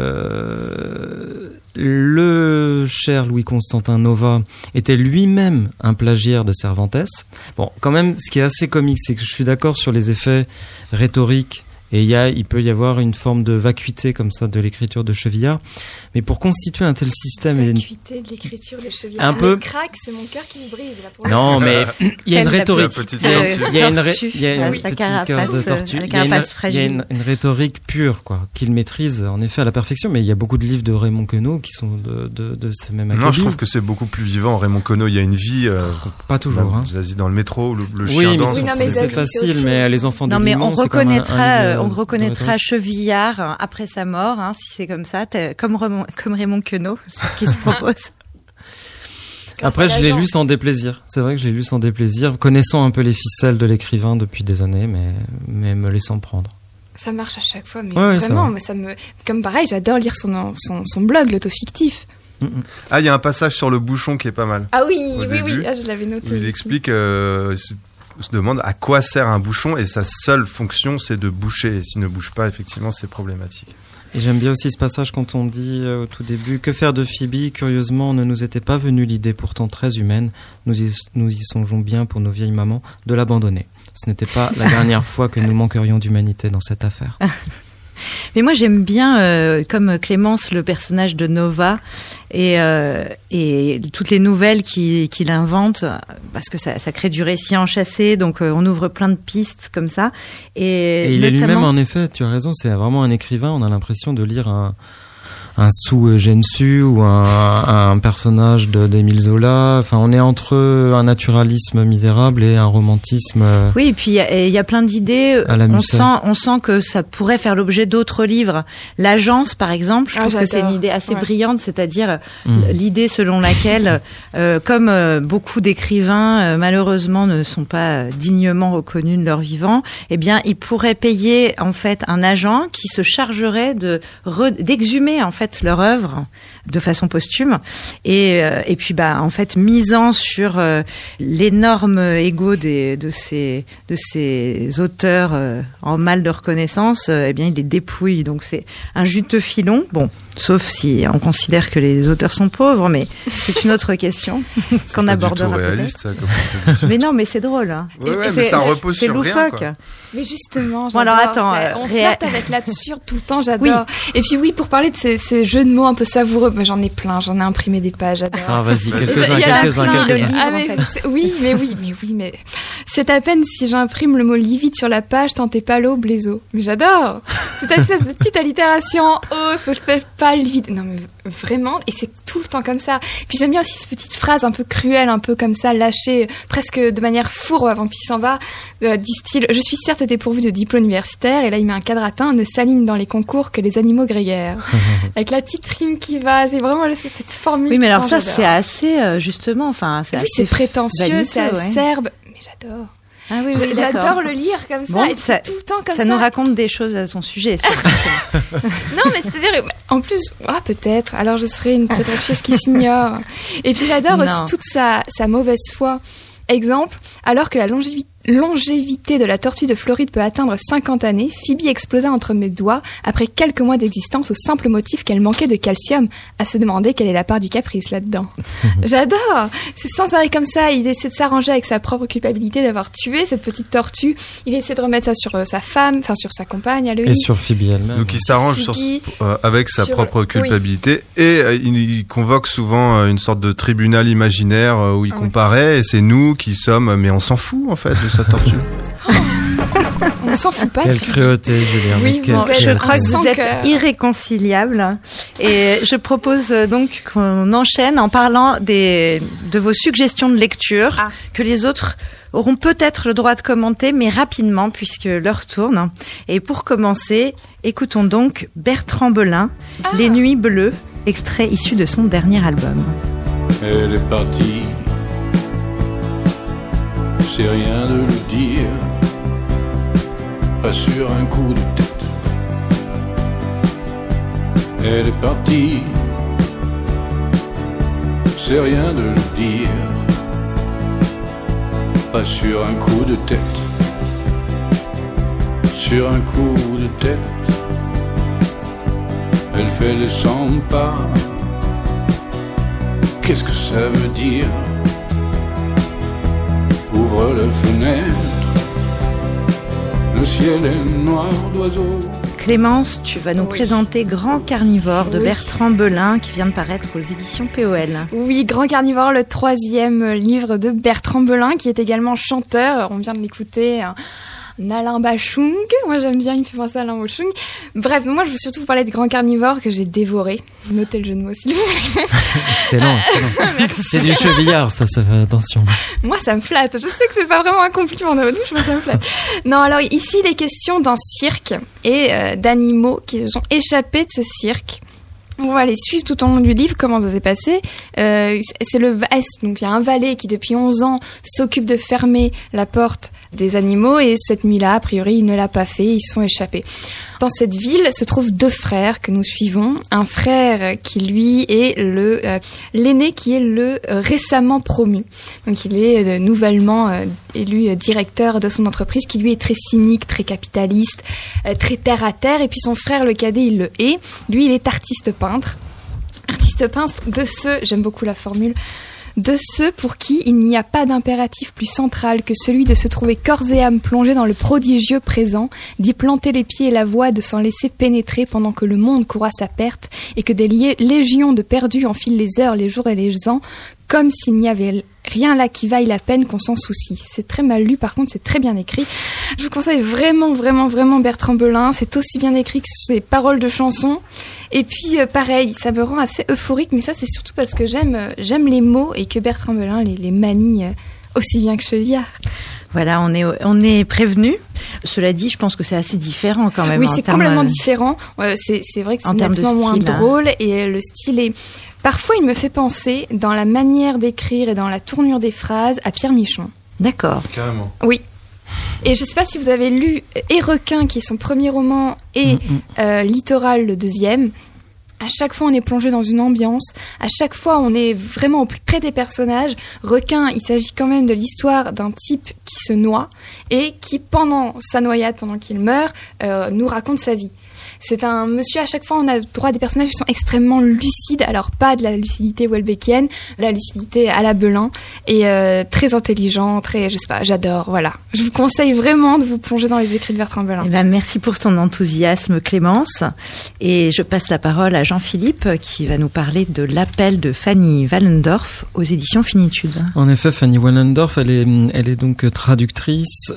que le cher Louis-Constantin Nova était lui-même un plagiaire de Cervantes. Bon, quand même, ce qui est assez comique, c'est que je suis d'accord sur les effets rhétoriques, et il y a, il peut y avoir une forme de vacuité comme ça de l'écriture de Chevillard. Mais pour constituer un tel système... Vacuité de l'écriture de Chevillard. Un peu... crac, c'est mon cœur qui se brise. Là, pour non, mais il y a une rhétorique. Il y a une rhétorique. Il y a une petite cœur de tortue. Il y a une, il y a une, une rhétorique pure, quoi, qu'il maîtrise en effet à la perfection. Mais il y a beaucoup de livres de Raymond Queneau qui sont de, de, de ce même acabit. Non, je trouve que c'est beaucoup plus vivant. Raymond Queneau, il y a une vie... Euh, pas toujours. Hein. Zazie dans le métro, le, le oui, chien danse. Oui, mais c'est, c'est facile, mais les enfants non, de mais on reconnaîtra, on reconnaîtra Chevillard après sa mort, hein, si c'est comme ça, comme Raymond, comme Raymond Queneau, c'est ce qui se propose. Après, je l'ai lu sans déplaisir. C'est vrai que je l'ai lu sans déplaisir, connaissant un peu les ficelles de l'écrivain depuis des années, mais, mais me laissant prendre. Ça marche à chaque fois, mais ouais, vraiment, mais ça me, comme pareil, j'adore lire son, son, son blog, l'autofictif. Ah, il y a un passage sur le bouchon qui est pas mal. Ah oui, oui, début, oui, ah, je l'avais noté. Il aussi. explique, euh, se demande à quoi sert un bouchon, et sa seule fonction, c'est de boucher. Et s'il ne bouge pas, effectivement, c'est problématique. Et j'aime bien aussi ce passage quand on dit euh, au tout début « Que faire de Phoebe ? Curieusement, ne nous était pas venue l'idée pourtant très humaine, nous y, nous y songeons bien pour nos vieilles mamans, de l'abandonner. Ce n'était pas la dernière fois que nous manquerions d'humanité dans cette affaire. » Mais moi j'aime bien, euh, comme Clémence, le personnage de Nova et, euh, et toutes les nouvelles qu'il, qu'il invente, parce que ça, ça crée du récit enchâssé, donc euh, on ouvre plein de pistes comme ça. Et, et il notamment... est lui-même, en effet, tu as raison, c'est vraiment un écrivain, on a l'impression de lire un... un sous Eugène Sue ou un, un personnage de, d'Émile Zola. Enfin, on est entre un naturalisme misérable et un romantisme. Oui, et puis il y, y a plein d'idées. On sent, on sent que ça pourrait faire l'objet d'autres livres. L'agence, par exemple, je trouve ah, que c'est une idée assez ouais. brillante, c'est-à-dire mmh. l'idée selon laquelle, euh, comme euh, beaucoup d'écrivains euh, malheureusement ne sont pas dignement reconnus de leur vivant, eh bien, ils pourraient payer en fait un agent qui se chargerait de re, d'exhumer en fait leur œuvre de façon posthume et euh, et puis bah en fait misant sur euh, l'énorme ego des de ces de ces auteurs euh, en mal de reconnaissance, euh, eh bien il les dépouille, donc c'est un juteux filon, bon sauf si on considère que les auteurs sont pauvres, mais c'est une autre question qu'on pas abordera du tout réaliste, peut-être. Ça, mais non, mais c'est drôle, hein. Ouais, ouais, mais ça repose sur rien, quoi. Mais justement, j'adore. Bon, alors, attends, euh, on réa... flirte avec l'absurde tout le temps, j'adore. Oui. Et puis oui, pour parler de ces, ces jeux de mots un peu savoureux, mais j'en ai plein, j'en ai imprimé des pages, j'adore. Ah, vas-y, quelques-uns, quelques-uns, quelques-uns. Ah, mais oui, mais oui, mais oui, mais c'est à peine si j'imprime le mot livide sur la page, tant t'es pas l'eau, blaiseau. Mais j'adore. C'est cette petite allitération en haut, ça je fais pas livide. Non, mais vraiment, et c'est tout le temps comme ça. Puis j'aime bien aussi ces petites phrases un peu cruelles, un peu comme ça, lâchées presque de manière fourbe avant qu'il s'en va, euh, du style « Je suis certes dépourvu de diplôme universitaire » et là il met un quadratin « Ne s'aligne dans les concours que les animaux grégaires ». Avec la petite rime qui va, c'est vraiment cette formule. Oui, mais alors ça, j'adore. C'est assez, euh, justement, enfin, c'est oui, assez c'est prétentieux, vaniteux, c'est acerbe, ouais. Mais j'adore. Ah oui, oui, j'adore le lire comme ça, bon, et puis ça, tout le temps comme ça. Ça nous raconte des choses à son sujet. Non, mais c'est-à-dire, en plus, ah, peut-être, alors je serais une prétentieuse qui s'ignore. Et puis j'adore non. aussi toute sa, sa mauvaise foi. Exemple, alors que la longévité longévité de la tortue de Floride peut atteindre cinquante années, Phoebe explosa entre mes doigts après quelques mois d'existence au simple motif qu'elle manquait de calcium, à se demander quelle est la part du caprice là-dedans. J'adore. C'est sans arrêt comme ça, il essaie de s'arranger avec sa propre culpabilité d'avoir tué cette petite tortue, il essaie de remettre ça sur euh, sa femme, enfin sur sa compagne à lui. Et sur Phoebe elle-même. Donc il s'arrange sur, euh, avec sa sur, propre culpabilité, oui. et euh, il, il convoque souvent euh, une sorte de tribunal imaginaire euh, où il ah comparait, oui. et c'est nous qui sommes, mais on s'en fout en fait de sa tortue. On s'en fout pas. Quelle cruauté, Julien. Oui, bon, je crois que vous êtes cœur. irréconciliables. Et je propose donc qu'on enchaîne en parlant des, de vos suggestions de lecture, ah. que les autres auront peut-être le droit de commenter, mais rapidement, puisque l'heure tourne. Et pour commencer, écoutons donc Bertrand Belin, ah. Les Nuits Bleues, extrait issu de son dernier album. Elle est partie, c'est rien de le dire, pas sur un coup de tête. Elle est partie, c'est rien de le dire, pas sur un coup de tête. Sur un coup de tête, elle fait les cent pas. Qu'est-ce que ça veut dire? Ouvre la fenêtre, le ciel est noir d'oiseaux. Clémence, tu vas nous oui. présenter Grand Carnivore de oui. Bertrand Belin qui vient de paraître aux éditions P O L. Oui, Grand Carnivore, le troisième livre de Bertrand Belin qui est également chanteur. On vient de l'écouter. Alain Bachung, moi j'aime bien, il me fait penser à Alain Bachung. Bref, moi je veux surtout vous parler de Grand Carnivore que j'ai dévoré. Notez le jeu de mots s'il vous plaît. Excellent, excellent. C'est du chevillard, ça, ça fait attention. Moi ça me flatte, je sais que c'est pas vraiment un compliment de votre bouche, mais ça me flatte. Non, alors ici il est question d'un cirque et euh, d'animaux qui se sont échappés de ce cirque. On va les suivre tout au long du livre, comment ça s'est passé. Euh, c'est le Est, donc il y a un valet qui depuis onze ans s'occupe de fermer la porte des animaux et cette nuit-là, a priori, il ne l'a pas fait, ils sont échappés. Dans cette ville se trouvent deux frères que nous suivons. Un frère qui, lui, est le euh, l'aîné qui est le euh, récemment promu. Donc il est euh, nouvellement euh, élu euh, directeur de son entreprise qui, lui, est très cynique, très capitaliste, euh, très terre-à-terre. Et puis son frère, le cadet, il le hait. Lui, il est artiste peintre. Artiste peintre de ceux, j'aime beaucoup la formule, de ceux pour qui il n'y a pas d'impératif plus central que celui de se trouver corps et âme plongé dans le prodigieux présent, d'y planter les pieds et la voix, de s'en laisser pénétrer pendant que le monde court à sa perte et que des li- légions de perdus enfilent les heures, les jours et les ans, comme s'il n'y avait rien là qui vaille la peine qu'on s'en soucie. C'est très mal lu, par contre, c'est très bien écrit. Je vous conseille vraiment, vraiment, vraiment Bertrand Belin. C'est aussi bien écrit que ses paroles de chansons. Et puis, euh, pareil, ça me rend assez euphorique, mais ça, c'est surtout parce que j'aime, euh, j'aime les mots et que Bertrand Belin les, les manie euh, aussi bien que Chevillard. Voilà, on est, on est prévenu. Cela dit, je pense que c'est assez différent quand même. Oui, c'est complètement de... différent. Euh, c'est, c'est vrai que c'est nettement moins drôle et le style est... Parfois, il me fait penser, dans la manière d'écrire et dans la tournure des phrases, à Pierre Michon. D'accord. Carrément. Oui. Et je ne sais pas si vous avez lu Et Requin, qui est son premier roman, et mm-hmm. euh, Littoral, le deuxième. À chaque fois, on est plongé dans une ambiance. À chaque fois, on est vraiment au plus près des personnages. Requin, il s'agit quand même de l'histoire d'un type qui se noie et qui, pendant sa noyade, pendant qu'il meurt, euh, nous raconte sa vie. C'est un monsieur, à chaque fois, on a droit à des personnages qui sont extrêmement lucides. Alors, pas de la lucidité Houellebecqienne, la lucidité à la Belin. Et euh, très intelligent, très, je sais pas, j'adore, voilà. Je vous conseille vraiment de vous plonger dans les écrits de Bertrand Belin. Eh ben, merci pour ton enthousiasme, Clémence. Et je passe la parole à Jean-Philippe, qui va nous parler de L'appel de Fanny Wallendorf aux éditions Finitude. En effet, Fanny Wallendorf, elle est, elle est donc traductrice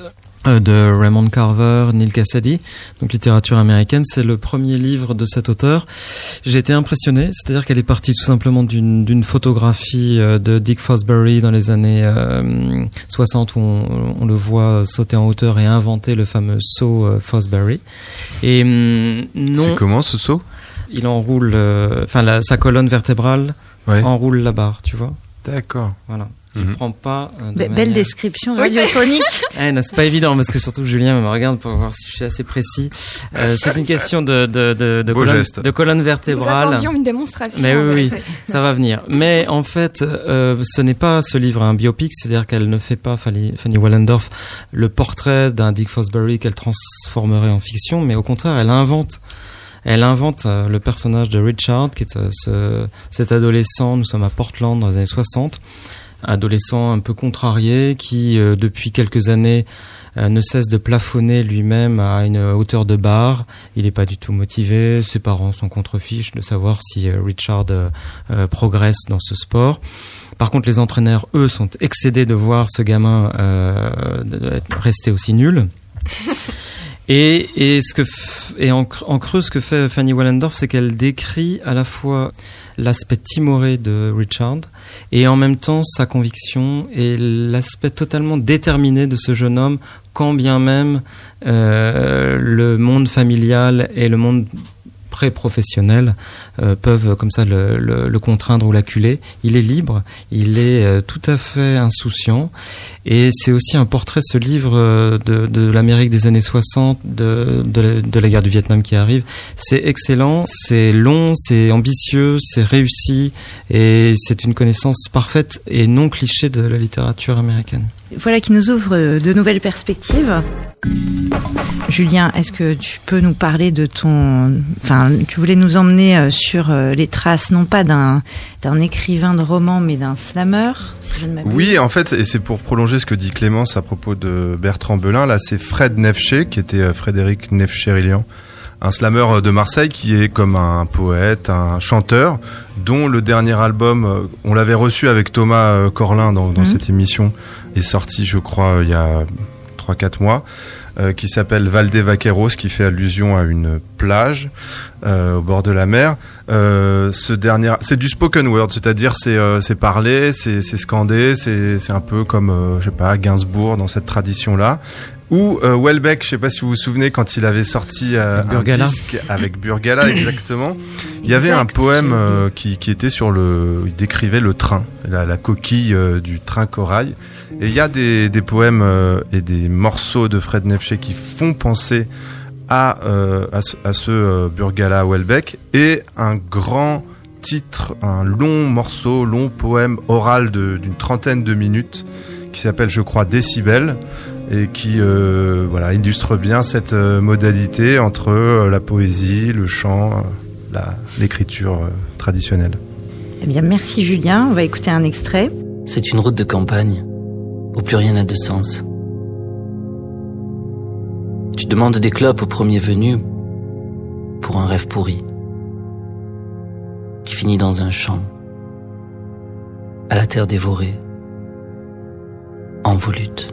de Raymond Carver, Neil Cassady, donc littérature américaine. C'est le premier livre de cet auteur. J'ai été impressionné, c'est-à-dire qu'elle est partie tout simplement d'une, d'une photographie de Dick Fosbury dans les années euh, soixante, où on, on le voit sauter en hauteur et inventer le fameux saut euh, Fosbury. Et non, c'est comment ce saut? Il enroule, enfin euh, sa colonne vertébrale ouais. enroule la barre, tu vois. D'accord. Voilà. Il Mmh. prend pas euh, de Be- manière... Belle description radiophonique. Eh, non, c'est pas évident parce que surtout Julien me regarde pour voir si je suis assez précis. Euh, c'est une question de de de, de, Beau colonne, geste. de colonne Nous vertébrale. attendions une démonstration. Mais en oui, oui, vérité. ça va venir. Mais en fait, euh, ce n'est pas ce livre un biopic, c'est-à-dire qu'elle ne fait pas, Fanny, Fanny Wallendorf, le portrait d'un Dick Fosbury qu'elle transformerait en fiction, mais au contraire, elle invente. Elle invente euh, le personnage de Richard, qui est euh, ce, cet adolescent, nous sommes à Portland dans les années soixante, adolescent un peu contrarié, qui euh, depuis quelques années euh, ne cesse de plafonner lui-même à une hauteur de barre. Il n'est pas du tout motivé, ses parents s'en contrefichent de savoir si euh, Richard euh, euh, progresse dans ce sport. Par contre, les entraîneurs, eux, sont excédés de voir ce gamin euh, rester aussi nul. Et, et, ce que f- et en, en creux, ce que fait Fanny Wallendorf, c'est qu'elle décrit à la fois l'aspect timoré de Richard et en même temps sa conviction et l'aspect totalement déterminé de ce jeune homme, quand bien même euh, le monde familial et le monde pré-professionnels euh, peuvent comme ça le, le, le contraindre ou l'acculer. Il est libre, il est euh, tout à fait insouciant, et c'est aussi un portrait, ce livre, euh, de, de l'Amérique des années soixante, de, de, la, de la guerre du Vietnam qui arrive. C'est excellent, c'est long, c'est ambitieux, c'est réussi, et c'est une connaissance parfaite et non cliché de la littérature américaine. Voilà qui nous ouvre de nouvelles perspectives. Julien, est-ce que tu peux nous parler de ton... Enfin, tu voulais nous emmener sur les traces, non pas d'un, d'un écrivain de roman, mais d'un slammer, si je ne m'abuse. Oui, en fait, et c'est pour prolonger ce que dit Clémence à propos de Bertrand Belin, là, c'est Fred Neefsche, qui était Frédéric Neefsche-Rillian, un slammer de Marseille qui est comme un poète, un chanteur, dont le dernier album, on l'avait reçu avec Thomas Corlin dans, dans mmh. cette émission, est sorti, je crois, il y a trois quatre mois, euh, qui s'appelle Valde Vaqueros, qui fait allusion à une plage euh, au bord de la mer. Euh, ce dernier, c'est du spoken word, c'est-à-dire c'est euh, c'est parlé, c'est c'est scandé, c'est c'est un peu comme euh, je sais pas, Gainsbourg dans cette tradition-là. Ou euh, Welbeck, je sais pas si vous vous souvenez, quand il avait sorti euh, un disque avec Burgala, exactement, il y avait exact. un poème euh, qui, qui était sur le... Il décrivait le train, la, la coquille euh, du train corail. Et il y a des, des poèmes euh, et des morceaux de Fred Neefsche qui font penser à, euh, à ce, à ce euh, Burgala Welbeck, et un grand titre, un long morceau, long poème oral de, d'une trentaine de minutes qui s'appelle, je crois, Décibel, et qui euh, voilà, illustre bien cette euh, modalité entre euh, la poésie, le chant, euh, la, l'écriture euh, traditionnelle. Eh bien, merci Julien. On va écouter un extrait. C'est une route de campagne où plus rien n'a de sens. Tu demandes des clopes au premier venu pour un rêve pourri qui finit dans un champ, à la terre dévorée, en volute.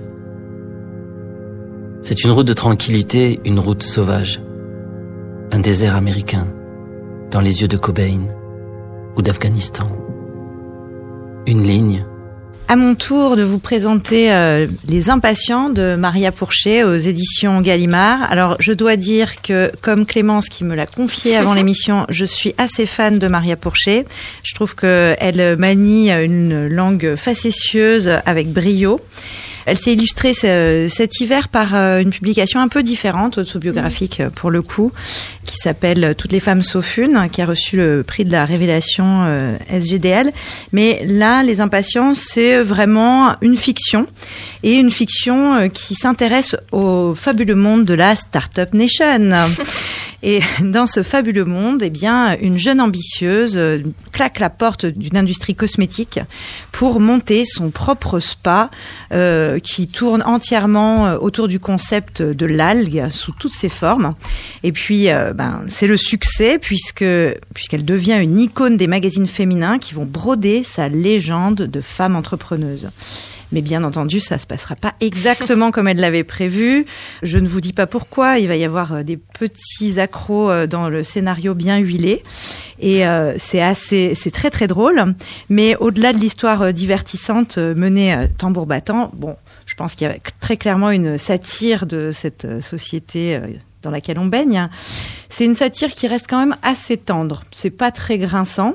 C'est une route de tranquillité, une route sauvage. Un désert américain, dans les yeux de Cobain ou d'Afghanistan. Une ligne. À mon tour de vous présenter euh, Les Impatients de Maria Pourchet aux éditions Gallimard. Alors, je dois dire que, comme Clémence qui me l'a confié avant l'émission, je suis assez fan de Maria Pourchet. Je trouve qu'elle manie une langue facétieuse avec brio. Elle s'est illustrée ce, cet hiver par une publication un peu différente, autobiographique pour le coup, qui s'appelle Toutes les femmes sauf une, qui a reçu le prix de la révélation euh, S G D L. Mais là, Les Impatients, c'est vraiment une fiction, et une fiction euh, qui s'intéresse au fabuleux monde de la Startup Nation. Et dans ce fabuleux monde, eh bien, une jeune ambitieuse euh, claque la porte d'une industrie cosmétique pour monter son propre spa euh, qui tourne entièrement autour du concept de l'algue sous toutes ses formes. Et puis, euh, ben, c'est le succès puisque puisqu'elle devient une icône des magazines féminins qui vont broder sa légende de femme entrepreneuse. Mais bien entendu, ça se passera pas exactement comme elle l'avait prévu. Je ne vous dis pas pourquoi. Il va y avoir des petits accros dans le scénario bien huilé. Et euh, c'est assez, c'est très très drôle. Mais au-delà de l'histoire divertissante menée tambour battant, bon, je pense qu'il y a très clairement une satire de cette société dans laquelle on baigne. C'est une satire qui reste quand même assez tendre. C'est pas très grinçant.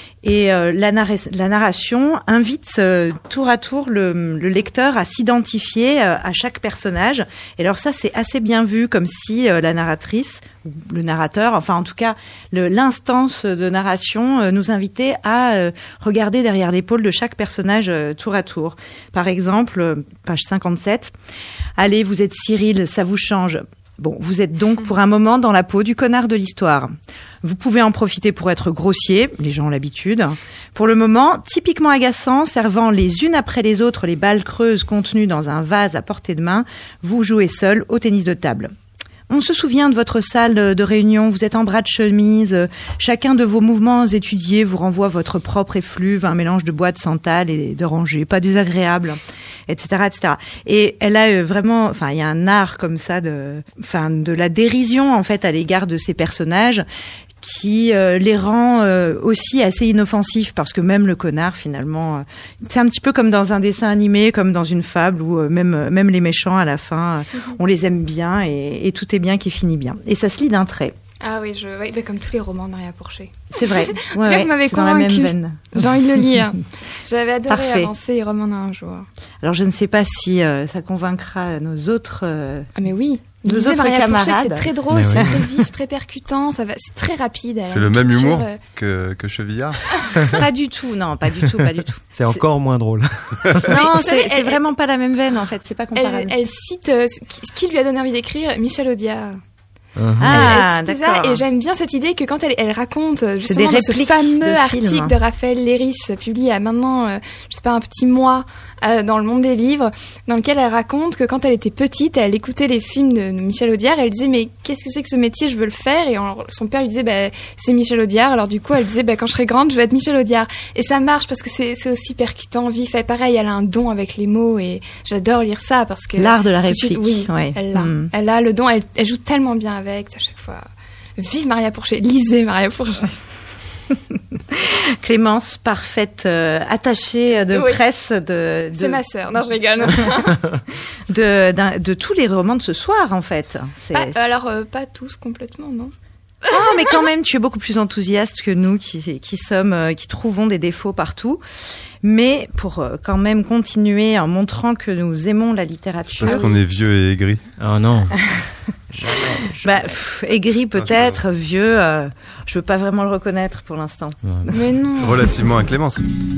Et euh, la, narra- la narration invite euh, tour à tour le, le lecteur à s'identifier euh, à chaque personnage. Et alors ça, c'est assez bien vu, comme si euh, la narratrice, ou le narrateur, enfin en tout cas le, l'instance de narration euh, nous invitait à euh, regarder derrière l'épaule de chaque personnage euh, tour à tour. Par exemple, euh, page cinquante-sept, « Allez, vous êtes Cyril, ça vous change ». Bon, vous êtes donc pour un moment dans la peau du connard de l'histoire. Vous pouvez en profiter pour être grossier, les gens ont l'habitude. Pour le moment, typiquement agaçant, servant les unes après les autres les balles creuses contenues dans un vase à portée de main, vous jouez seul au tennis de table. On se souvient de votre salle de réunion, vous êtes en bras de chemise, chacun de vos mouvements étudiés vous renvoie votre propre effluve, un mélange de bois de santal et d'oranger, pas désagréable, et cetera, et cetera. Et elle a vraiment, enfin, il y a un art comme ça de, enfin, de la dérision en fait à l'égard de ces personnages, qui euh, les rend euh, aussi assez inoffensifs, parce que même le connard finalement euh, c'est un petit peu comme dans un dessin animé, comme dans une fable où euh, même euh, même les méchants à la fin euh, on les aime bien et, et tout est bien qui finit bien, et ça se lit d'un trait. Ah oui, je, oui bah comme tous les romans de Maria Pourchet. C'est vrai. En tout cas, ouais, vous m'avez c'est dans la même convaincue. veine. J'ai envie de le lire. J'avais adoré Parfait. avancer les romans d'un jour. Alors je ne sais pas si euh, ça convaincra nos autres. Euh, ah mais oui. Nos Lisez autres Maria camarades. Pourchet, c'est très drôle, Mais c'est oui. très vif, très percutant, ça va, c'est très rapide. C'est le même l'écriture, humour euh, que, que Chevillard. Pas du tout, non, pas du tout, pas du tout. C'est encore moins drôle. Non, vous c'est, savez, c'est elle- vraiment pas la même veine en fait, c'est pas Elle, comparable. elle cite euh, ce qui- ce qui lui a donné envie d'écrire, Michel Audiard. Uh-huh. Ah, elle citait ça, d'accord. et j'aime bien cette idée que quand elle, elle raconte euh, des justement de ce répliques fameux de article films. de Raphaël Léris publié il y a maintenant, euh, je sais pas, un petit mois euh, dans le Monde des Livres, dans lequel elle raconte que quand elle était petite, elle écoutait les films de, de Michel Audiard, et elle disait mais qu'est-ce que c'est que ce métier, je veux le faire, et on- son père lui disait bah, c'est Michel Audiard, alors du coup elle disait bah, quand je serai grande je veux être Michel Audiard, et ça marche parce que c'est, c'est aussi percutant, vif, et pareil elle a un don avec les mots, et j'adore lire ça parce que L'art de la tout de suite, réplique, oui, ouais. elle l'a. Hmm. Elle a le don, elle, elle joue tellement bien avec à chaque fois. Vive Maria Pourchet, lisez Maria Pourchet. Clémence, parfaite euh, attachée de Oui. presse de, de, C'est ma sœur, non je rigole. de, d'un- de tous les romans de ce soir en fait. C'est... Pas- alors euh, pas tous complètement, non. Ah, mais quand même, tu es beaucoup plus enthousiaste que nous qui, qui sommes, euh, qui trouvons des défauts partout. Mais pour euh, quand même continuer en montrant que nous aimons la littérature. Parce qu'on est vieux et aigri. Ah non. Bah, pff, aigri peut-être, vieux, euh, je veux pas vraiment le reconnaître pour l'instant. Mais non. Relativement à Clémence.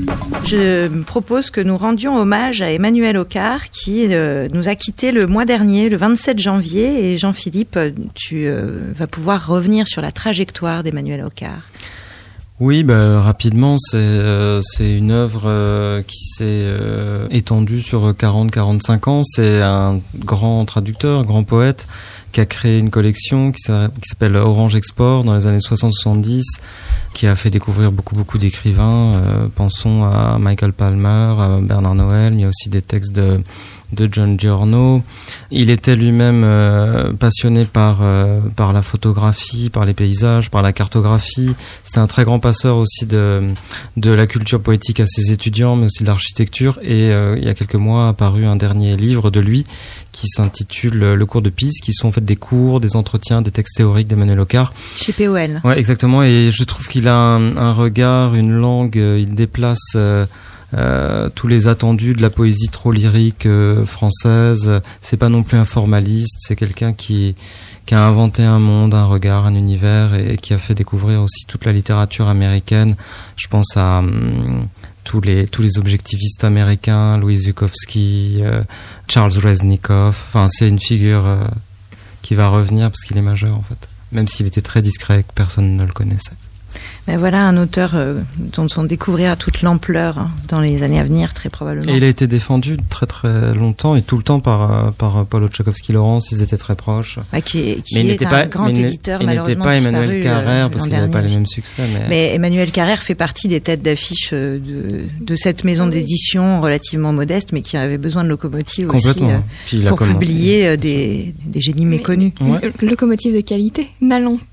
Je me propose que nous rendions hommage à Emmanuel Ocar qui euh, nous a quittés le mois dernier, le vingt-sept janvier. Et Jean-Philippe, tu euh, vas pouvoir revenir sur la trajectoire d'Emmanuel Ocar. Oui, bah, rapidement, c'est euh, c'est une œuvre euh, qui s'est euh, étendue sur quarante à quarante-cinq ans. C'est un grand traducteur, grand poète, qui a créé une collection qui s'a- qui s'appelle Orange Export dans les années soixante soixante-dix, qui a fait découvrir beaucoup beaucoup d'écrivains. Euh, pensons à Michael Palmer, à Bernard Noël, mais il y a aussi des textes de de John Giorno. Il était lui-même euh, passionné par euh, par la photographie, par les paysages, par la cartographie. C'était un très grand passeur aussi de de la culture poétique à ses étudiants, mais aussi de l'architecture. Et euh, il y a quelques mois a apparu un dernier livre de lui qui s'intitule Le cours de Pise, qui sont en fait des cours, des entretiens, des textes théoriques d'Emmanuel Ocar. Chez P O L. Ouais, exactement. Et je trouve qu'il a un, un regard, une langue. euh, Il déplace euh, euh, tous les attendus de la poésie trop lyrique euh, française. C'est pas non plus un formaliste. C'est quelqu'un qui qui a inventé un monde, un regard, un univers, et, et qui a fait découvrir aussi toute la littérature américaine. Je pense à hum, tous les tous les objectivistes américains, Louis Zukowski, euh, Charles Reznikov. Enfin, c'est une figure euh, qui va revenir parce qu'il est majeur en fait, même s'il était très discret et que personne ne le connaissait. Mais voilà un auteur euh, dont on découvrira toute l'ampleur hein, dans les années à venir, très probablement. Et il a été défendu très très longtemps et tout le temps par euh, par Paulo Tchaikovsky-Lawrence. Ils étaient très proches. Bah, qui est, qui mais il est n'était un pas, grand mais il n'est- éditeur il n'était malheureusement pas disparu Emmanuel euh, Carrère parce l'an qu'il n'avait pas dernier les aussi. mêmes succès. Mais, Mais Emmanuel Carrère fait partie des têtes d'affiche euh, de, de cette maison d'édition relativement modeste, mais qui avait besoin de locomotives aussi complètement. euh, Puis il a pour comment- publier euh, des, des génies Mais- méconnus. Ouais. Locomotive de qualité. N'allons pas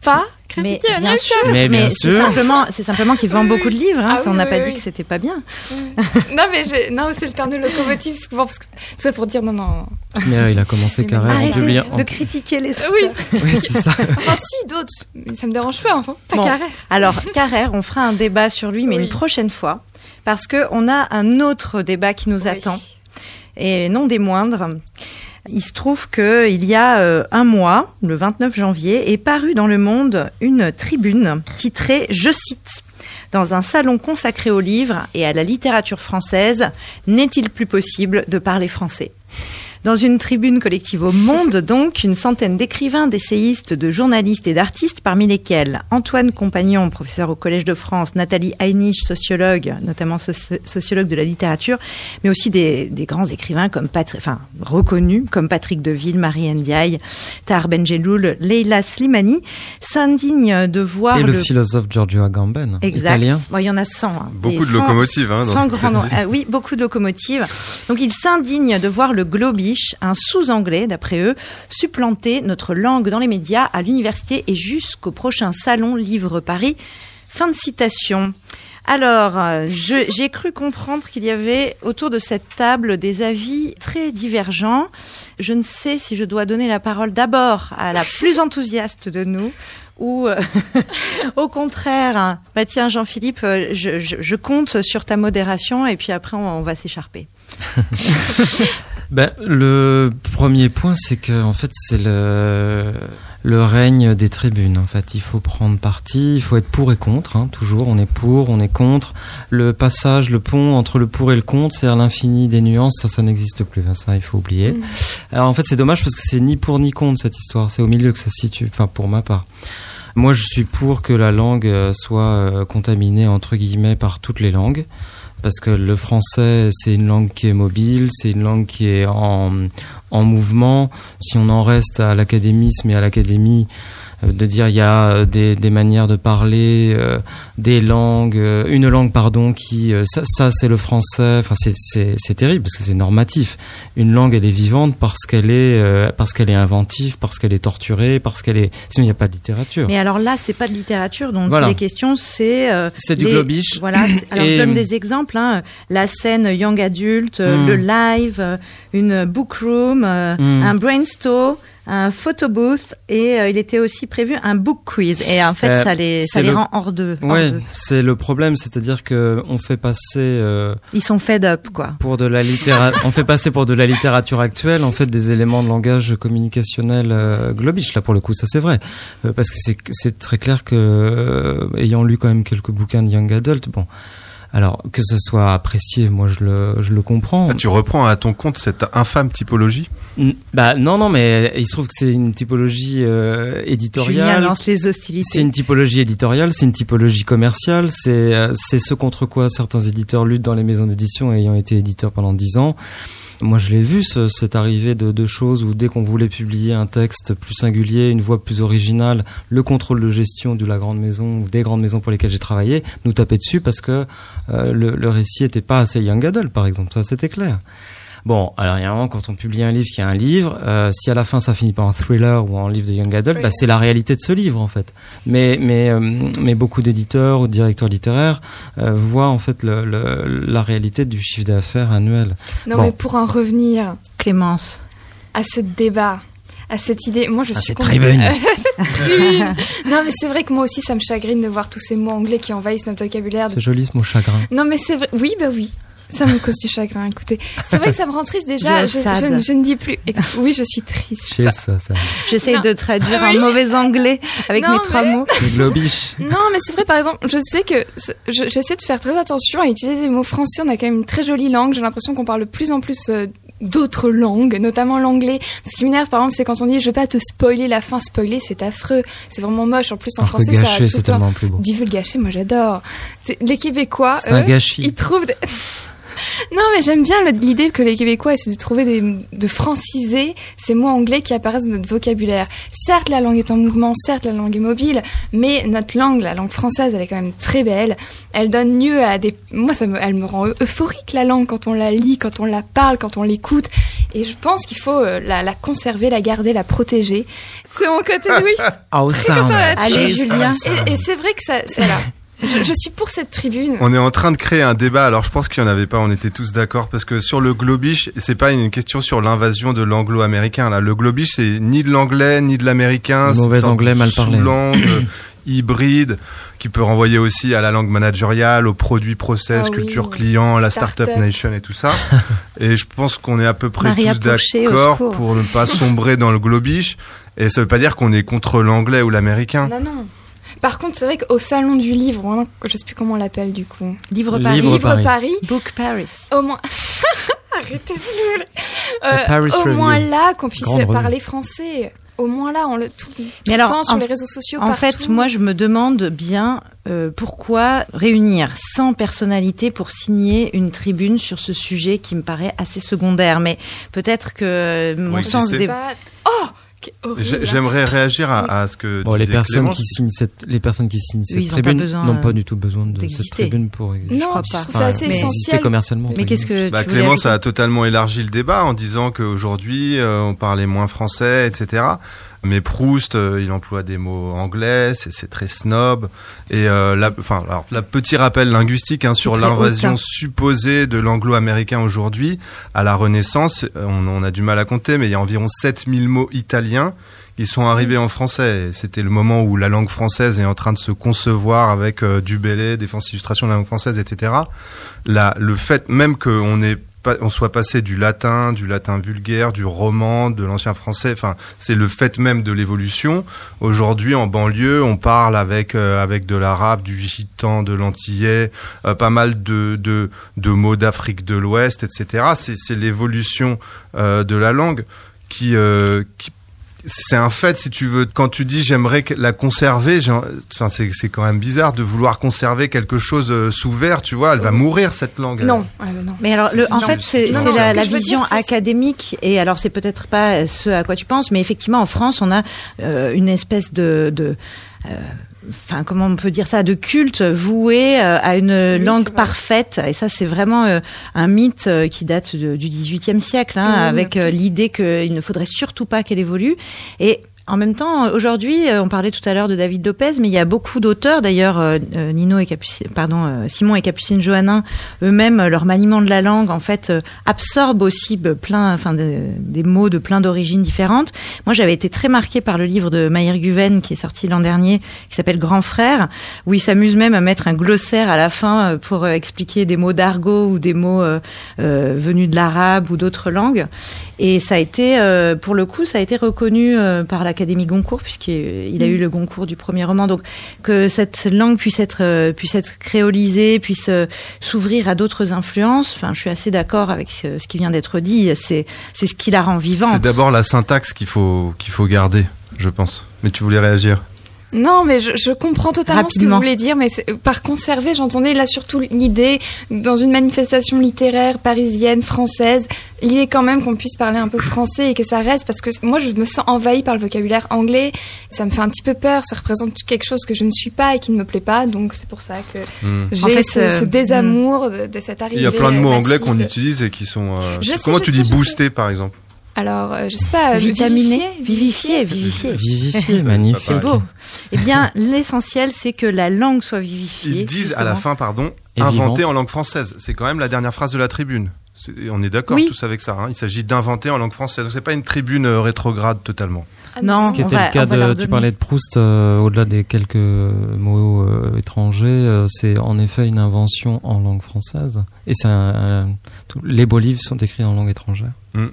Mais critiquer bien sûr, mais, bien mais c'est sûr. simplement, c'est simplement qu'il vend Oui, beaucoup de livres. Hein, ah ça, on oui, n'a oui, pas oui. dit que c'était pas bien. non, mais je... non, c'est le terme de locomotive, souvent, parce que tout ça pour dire non, non. Mais euh, il a commencé Mais carrément en Arrêtez publiant. en- de critiquer les auteurs. Oui, Oui, c'est ça. enfin, si, d'autres, mais ça me dérange pas, enfin, pas Bon. carré. Alors, Carrère, on fera un débat sur lui, mais Oui. une prochaine fois, parce que on a un autre débat qui nous Oui. attend, et non des moindres. Il se trouve que il y a euh, un mois, le vingt-neuf janvier, est paru dans Le Monde une tribune titrée, je cite, dans un salon consacré aux livres et à la littérature française, n'est-il plus possible de parler français ? Dans une tribune collective au Monde, donc, une centaine d'écrivains, d'essayistes, de journalistes et d'artistes, parmi lesquels Antoine Compagnon, professeur au Collège de France, Nathalie Heinisch, sociologue, notamment soci- sociologue de la littérature, mais aussi des, des grands écrivains comme Patri- enfin, reconnus, comme Patrick Deville, Marie Ndiaye, Tahar Benjeloul, Leila Slimani, s'indignent de voir Et le, le philosophe Giorgio Agamben, Exact. italien. Bon, il y en a cent. Hein. Beaucoup Des de cent- locomotives, hein, dans cent toute grands cette noms. liste. Ah oui, beaucoup de locomotives. Donc, ils s'indignent de voir le globish, un sous-anglais, d'après eux, supplanter notre langue dans les médias, à l'université et jusqu'au prochain salon Livre Paris. Fin de citation. Alors, euh, je- j'ai cru comprendre qu'il y avait autour de cette table des avis très divergents. Je ne sais si je dois donner la parole d'abord à la plus enthousiaste de nous, ou euh, au contraire, hein, bah tiens Jean-Philippe, euh, je, je, je compte sur ta modération et puis après on, on va s'écharper. Ben, le premier point, c'est que en fait, c'est le le règne des tribunes. En fait, il faut prendre parti, il faut être pour et contre. Hein, toujours, on est pour, on est contre. Le passage, le pont entre le pour et le contre, c'est à l'infini des nuances. Ça, ça n'existe plus. Hein, ça, il faut oublier. Mmh. Alors en fait, c'est dommage parce que c'est ni pour ni contre cette histoire. C'est au milieu que ça se situe. Enfin, pour ma part. Moi, je suis pour que la langue soit contaminée entre guillemets par toutes les langues. Parce que le français, c'est une langue qui est mobile, c'est une langue qui est en, en mouvement. Si on en reste à l'académisme et à l'académie, euh, de dire il y a des, des manières de parler, euh, des langues, euh, une langue pardon qui euh, ça, ça c'est le français. Enfin c'est c'est c'est terrible parce que c'est normatif. Une langue elle est vivante parce qu'elle est euh, parce qu'elle est inventive, parce qu'elle est torturée, parce qu'elle est. Sinon il n'y a pas de littérature. Mais alors là, c'est pas de littérature dont Voilà. il est question, c'est euh, C'est du les- globish. Voilà. c'est- Alors Et- je donne des exemples. Hein. La scène young adulte, euh, Mm. le live, euh, une book room, euh, Mm. un brainstorm, un photo booth et euh, il était aussi prévu un book quiz. Et en fait, Euh, ça les ça c'est les le- rend hors de. hors Ouais, de- c'est le problème, c'est-à-dire que on fait passer euh, Ils sont fed up, quoi. pour de la littérature, on fait passer pour de la littérature actuelle en fait des éléments de langage communicationnel euh, globish. Là pour le coup, ça c'est vrai, Euh, parce que c'est c'est très clair que euh, ayant lu quand même quelques bouquins de young adult, bon. Alors que ce soit apprécié, moi je le je le comprends. Ah, tu reprends à ton compte cette infâme typologie. N- Bah non non mais il se trouve que c'est une typologie euh, Julien éditoriale. lance les hostilités. C'est une typologie éditoriale, c'est une typologie commerciale, c'est euh, c'est ce contre quoi certains éditeurs luttent dans les maisons d'édition ayant été éditeur pendant dix ans. Moi, je l'ai vu, ce, cette arrivée de, de choses où dès qu'on voulait publier un texte plus singulier, une voix plus originale, le contrôle de gestion de la grande maison ou des grandes maisons pour lesquelles j'ai travaillé nous tapait dessus parce que euh, le, le récit était pas assez young adult, par exemple. Ça, c'était clair. Bon, alors il y a un moment, quand on publie un livre qui est un livre, euh, si à la fin ça finit par un thriller ou en livre de young adult, bah, c'est la réalité de ce livre en fait. Mais mais euh, mais beaucoup d'éditeurs ou de directeurs littéraires euh, voient en fait le, le, la réalité du chiffre d'affaires annuel. Non, Bon. mais pour en revenir Clémence. à ce débat, à cette idée, moi je À suis cette con- tribune. À cette tribune. Non, mais c'est vrai que moi aussi ça me chagrine de voir tous ces mots anglais qui envahissent notre vocabulaire. C'est joli ce mot chagrin. Non, mais c'est vrai. Oui, bah oui. Ça me cause du chagrin, écoutez. C'est vrai que ça me rend triste déjà. Du Je, sad. je- je ne dis plus. Oui, je suis triste. Chez ça, ça. J'essaye Non. de traduire Ah oui. un mauvais anglais avec Non, mes trois mais- mots. Le globish. Non, mais c'est vrai, par exemple, je sais que c'est- je- j'essaie de faire très attention à utiliser des mots français. On a quand même une très jolie langue. J'ai l'impression qu'on parle de plus en plus euh, d'autres langues, notamment l'anglais. Ce qui m'énerve, par exemple, c'est quand on dit je vais pas te spoiler la fin. Spoiler, c'est affreux. C'est vraiment moche. En plus, en Alors que français, ça a gâcher, tout c'est le temps. tellement plus beau. Divulgacher, moi j'adore. C'est- Les Québécois, C'est un eux, gâchis. ils trouvent. des- Non, mais j'aime bien le- l'idée que les Québécois essaient de trouver des, de franciser ces mots anglais qui apparaissent dans notre vocabulaire. Certes, la langue est en mouvement, certes, la langue est mobile, mais notre langue, la langue française, elle est quand même très belle. Elle donne lieu à des, moi, ça me, elle me rend eu- euphorique, la langue, quand on la lit, quand on la parle, quand on l'écoute. Et je pense qu'il faut euh, la, la conserver, la garder, la protéger. C'est mon côté de oui. Oh, ça, allez, Julien. Et, et c'est vrai que ça, voilà. Je, je suis pour cette tribune. On est en train de créer un débat. Alors, je pense qu'il n'y en avait pas. On était tous d'accord parce que sur le globish, c'est pas une question sur l'invasion de l'anglo-américain. Là, le globish, c'est ni de l'anglais ni de l'américain. C'est mauvais anglais mal parlé. Sous-langue euh, hybride qui peut renvoyer aussi à la langue managériale, aux produits process, ah, culture oui. client, la Startup Start Nation et tout ça. Et je pense qu'on est à peu près Maria tous Pourchet, d'accord pour ne pas sombrer dans le globish. Et ça veut pas dire qu'on est contre l'anglais ou l'américain. Non, non. Par contre, c'est vrai qu'au salon du livre, hein, je sais plus comment on l'appelle du coup. Livre Paris. Livre, Livre Paris. Paris. Book Paris. Au moins. Arrêtez s'il vous plaît. Euh, au Review. Moins là qu'on puisse Grande parler revue. Français. Au moins là, on le tout, tout Mais alors, le temps sur les réseaux sociaux. En partout. fait, moi, je me demande bien euh, pourquoi réunir cent personnalités pour signer une tribune sur ce sujet qui me paraît assez secondaire. Mais peut-être que mon oui, sens des. Pas... Oh. Horrible. J'aimerais réagir à, à ce que bon, disait les personnes Clémence. qui signent cette les personnes qui signent oui, cette tribune n'ont pas, pas du tout besoin de cette tribune pour exister. Non, je crois pas. Je trouve ça assez essentiel commercialement. Mais qu'est-ce que bah, Clémence a totalement élargi le débat en disant qu'aujourd'hui euh, on parlait moins français, et cetera. Mais Proust, euh, il emploie des mots anglais, c'est, c'est très snob. Et euh, la, enfin, alors, la petit rappel linguistique hein, sur l'invasion supposée de l'anglo-américain aujourd'hui. À la Renaissance, on, on a du mal à compter, mais il y a environ sept mille mots italiens qui sont arrivés en français. Et c'était le moment où la langue française est en train de se concevoir avec euh, du Bellay, des forces d'illustration de la langue française, et cetera. La, le fait même qu'on ait on soit passé du latin, du latin vulgaire, du roman, de l'ancien français. Enfin, c'est le fait même de l'évolution. Aujourd'hui, en banlieue, on parle avec euh, avec de l'arabe, du gitan, de l'antillais, euh, pas mal de de de mots d'Afrique de l'Ouest, et cetera. C'est c'est l'évolution euh, de la langue qui euh, qui c'est un fait, si tu veux. Quand tu dis j'aimerais la conserver, enfin c'est c'est quand même bizarre de vouloir conserver quelque chose sous verre, tu vois. Elle va mourir cette langue. Non, euh, non. Mais alors, le, en non. fait, c'est, non, c'est non, la, la vision vision dire, académique. Et alors, c'est peut-être pas ce à quoi tu penses, mais effectivement, en France, on a euh, une espèce de, de euh, enfin, comment on peut dire ça, de culte voué euh, à une oui, langue parfaite. Et ça, c'est vraiment euh, un mythe euh, qui date de, du dixhuitième siècle, hein, mmh, avec euh, l'idée qu'il ne faudrait surtout pas qu'elle évolue. Et en même temps, aujourd'hui, on parlait tout à l'heure de David Lopez, mais il y a beaucoup d'auteurs, d'ailleurs, euh, Nino et Capucine, pardon, euh, Simon et Capucine Joannin, eux-mêmes, leur maniement de la langue, en fait, euh, absorbe aussi plein, enfin, de, des mots de plein d'origines différentes. Moi, j'avais été très marquée par le livre de Maïr Guven, qui est sorti l'an dernier, qui s'appelle Grand Frère, où il s'amuse même à mettre un glossaire à la fin pour euh, expliquer des mots d'argot ou des mots euh, euh, venus de l'arabe ou d'autres langues. Et ça a été, euh, pour le coup, ça a été reconnu euh, par l'Académie Goncourt, puisqu'il a eu le Goncourt du premier roman. Donc, que cette langue puisse être, euh, puisse être créolisée, puisse euh, s'ouvrir à d'autres influences. Enfin, je suis assez d'accord avec ce, ce qui vient d'être dit. C'est, c'est ce qui la rend vivante. C'est d'abord la syntaxe qu'il faut, qu'il faut garder, je pense. Mais tu voulais réagir ? Non, mais je, je comprends totalement Rapidement. ce que vous voulez dire, mais c'est, par conserver, j'entendais là surtout l'idée, dans une manifestation littéraire parisienne, française, l'idée quand même qu'on puisse parler un peu français et que ça reste, parce que moi je me sens envahie par le vocabulaire anglais, ça me fait un petit peu peur, ça représente quelque chose que je ne suis pas et qui ne me plaît pas, donc c'est pour ça que mmh. j'ai en fait, ce, euh, ce désamour mmh. de, de cette arrivée. Il y a plein de mots massive. anglais qu'on utilise et qui sont... Euh, je comment sais, tu je dis sais, booster par exemple ? Alors, euh, je sais pas, vitaminé, vivifier, vivifier, vivifier, vivifier, magnifique. C'est beau. Eh bien, l'essentiel, c'est que la langue soit vivifiée. Ils disent justement. à la fin, pardon, inventer en langue française. C'est quand même la dernière phrase de la tribune. C'est, on est d'accord oui. tous avec ça. Hein. Il s'agit d'inventer en langue française. Donc c'est pas une tribune euh, rétrograde totalement. Ah, non, ce qui était va, le cas de, tu parlais de Proust, euh, au-delà des quelques mots euh, étrangers, euh, c'est en effet une invention en langue française. Et c'est un, un, tout, les beaux livres sont écrits en langue étrangère. Mmh.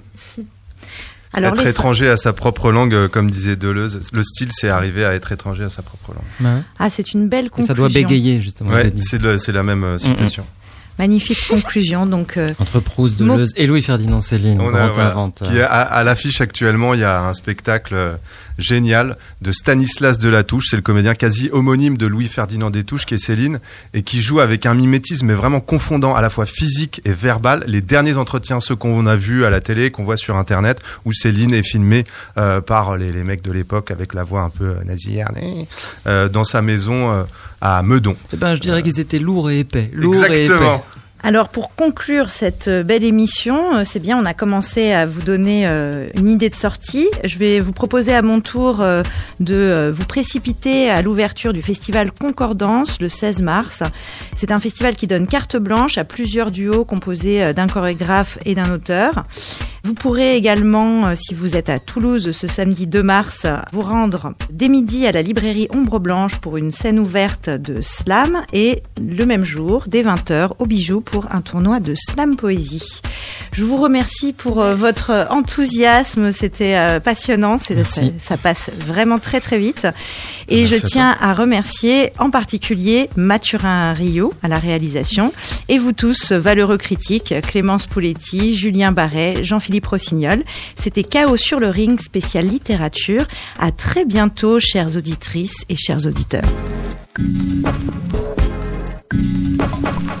Alors, être étranger à sa propre langue, comme disait Deleuze, le style, c'est arriver à être étranger à sa propre langue. Ouais. Ah, c'est une belle conclusion. Et ça doit bégayer, justement. Ouais, c'est, le, c'est la même euh, citation. Mm-hmm. Magnifique conclusion. Donc, euh, entre Proust, Deleuze Mo- et Louis-Ferdinand Céline, on grand a, voilà, inventeur. Qui est à, à l'affiche actuellement, il y a un spectacle euh, génial de Stanislas Delatouche, c'est le comédien quasi homonyme de Louis-Ferdinand Destouches, qui est Céline, et qui joue avec un mimétisme mais vraiment confondant à la fois physique et verbal. Les derniers entretiens, ceux qu'on a vus à la télé, qu'on voit sur Internet, où Céline est filmée euh, par les, les mecs de l'époque avec la voix un peu euh, nasillarde, euh, dans sa maison euh, à Meudon. Eh ben, je dirais euh, qu'ils étaient lourds et épais. Lourds exactement. Et épais. Alors pour conclure cette belle émission, c'est bien, on a commencé à vous donner une idée de sortie. Je vais vous proposer à mon tour de vous précipiter à l'ouverture du festival Concordance le seize mars. C'est un festival qui donne carte blanche à plusieurs duos composés d'un chorégraphe et d'un auteur. Vous pourrez également, si vous êtes à Toulouse ce samedi deux mars, vous rendre dès midi à la librairie Ombre Blanche pour une scène ouverte de slam et le même jour, dès vingt heures, au Bijou pour un tournoi de slam poésie. Je vous remercie pour euh, votre enthousiasme, c'était euh, passionnant, c'est, ça, ça passe vraiment très très vite. Et Merci je tiens à, à remercier en particulier Mathurin Rio à la réalisation et vous tous, valeureux critiques, Clémence Pouletti, Julien Barret, Jean-Philippe Rossignol. C'était Chaos sur le ring spécial littérature. À très bientôt, chères auditrices et chers auditeurs.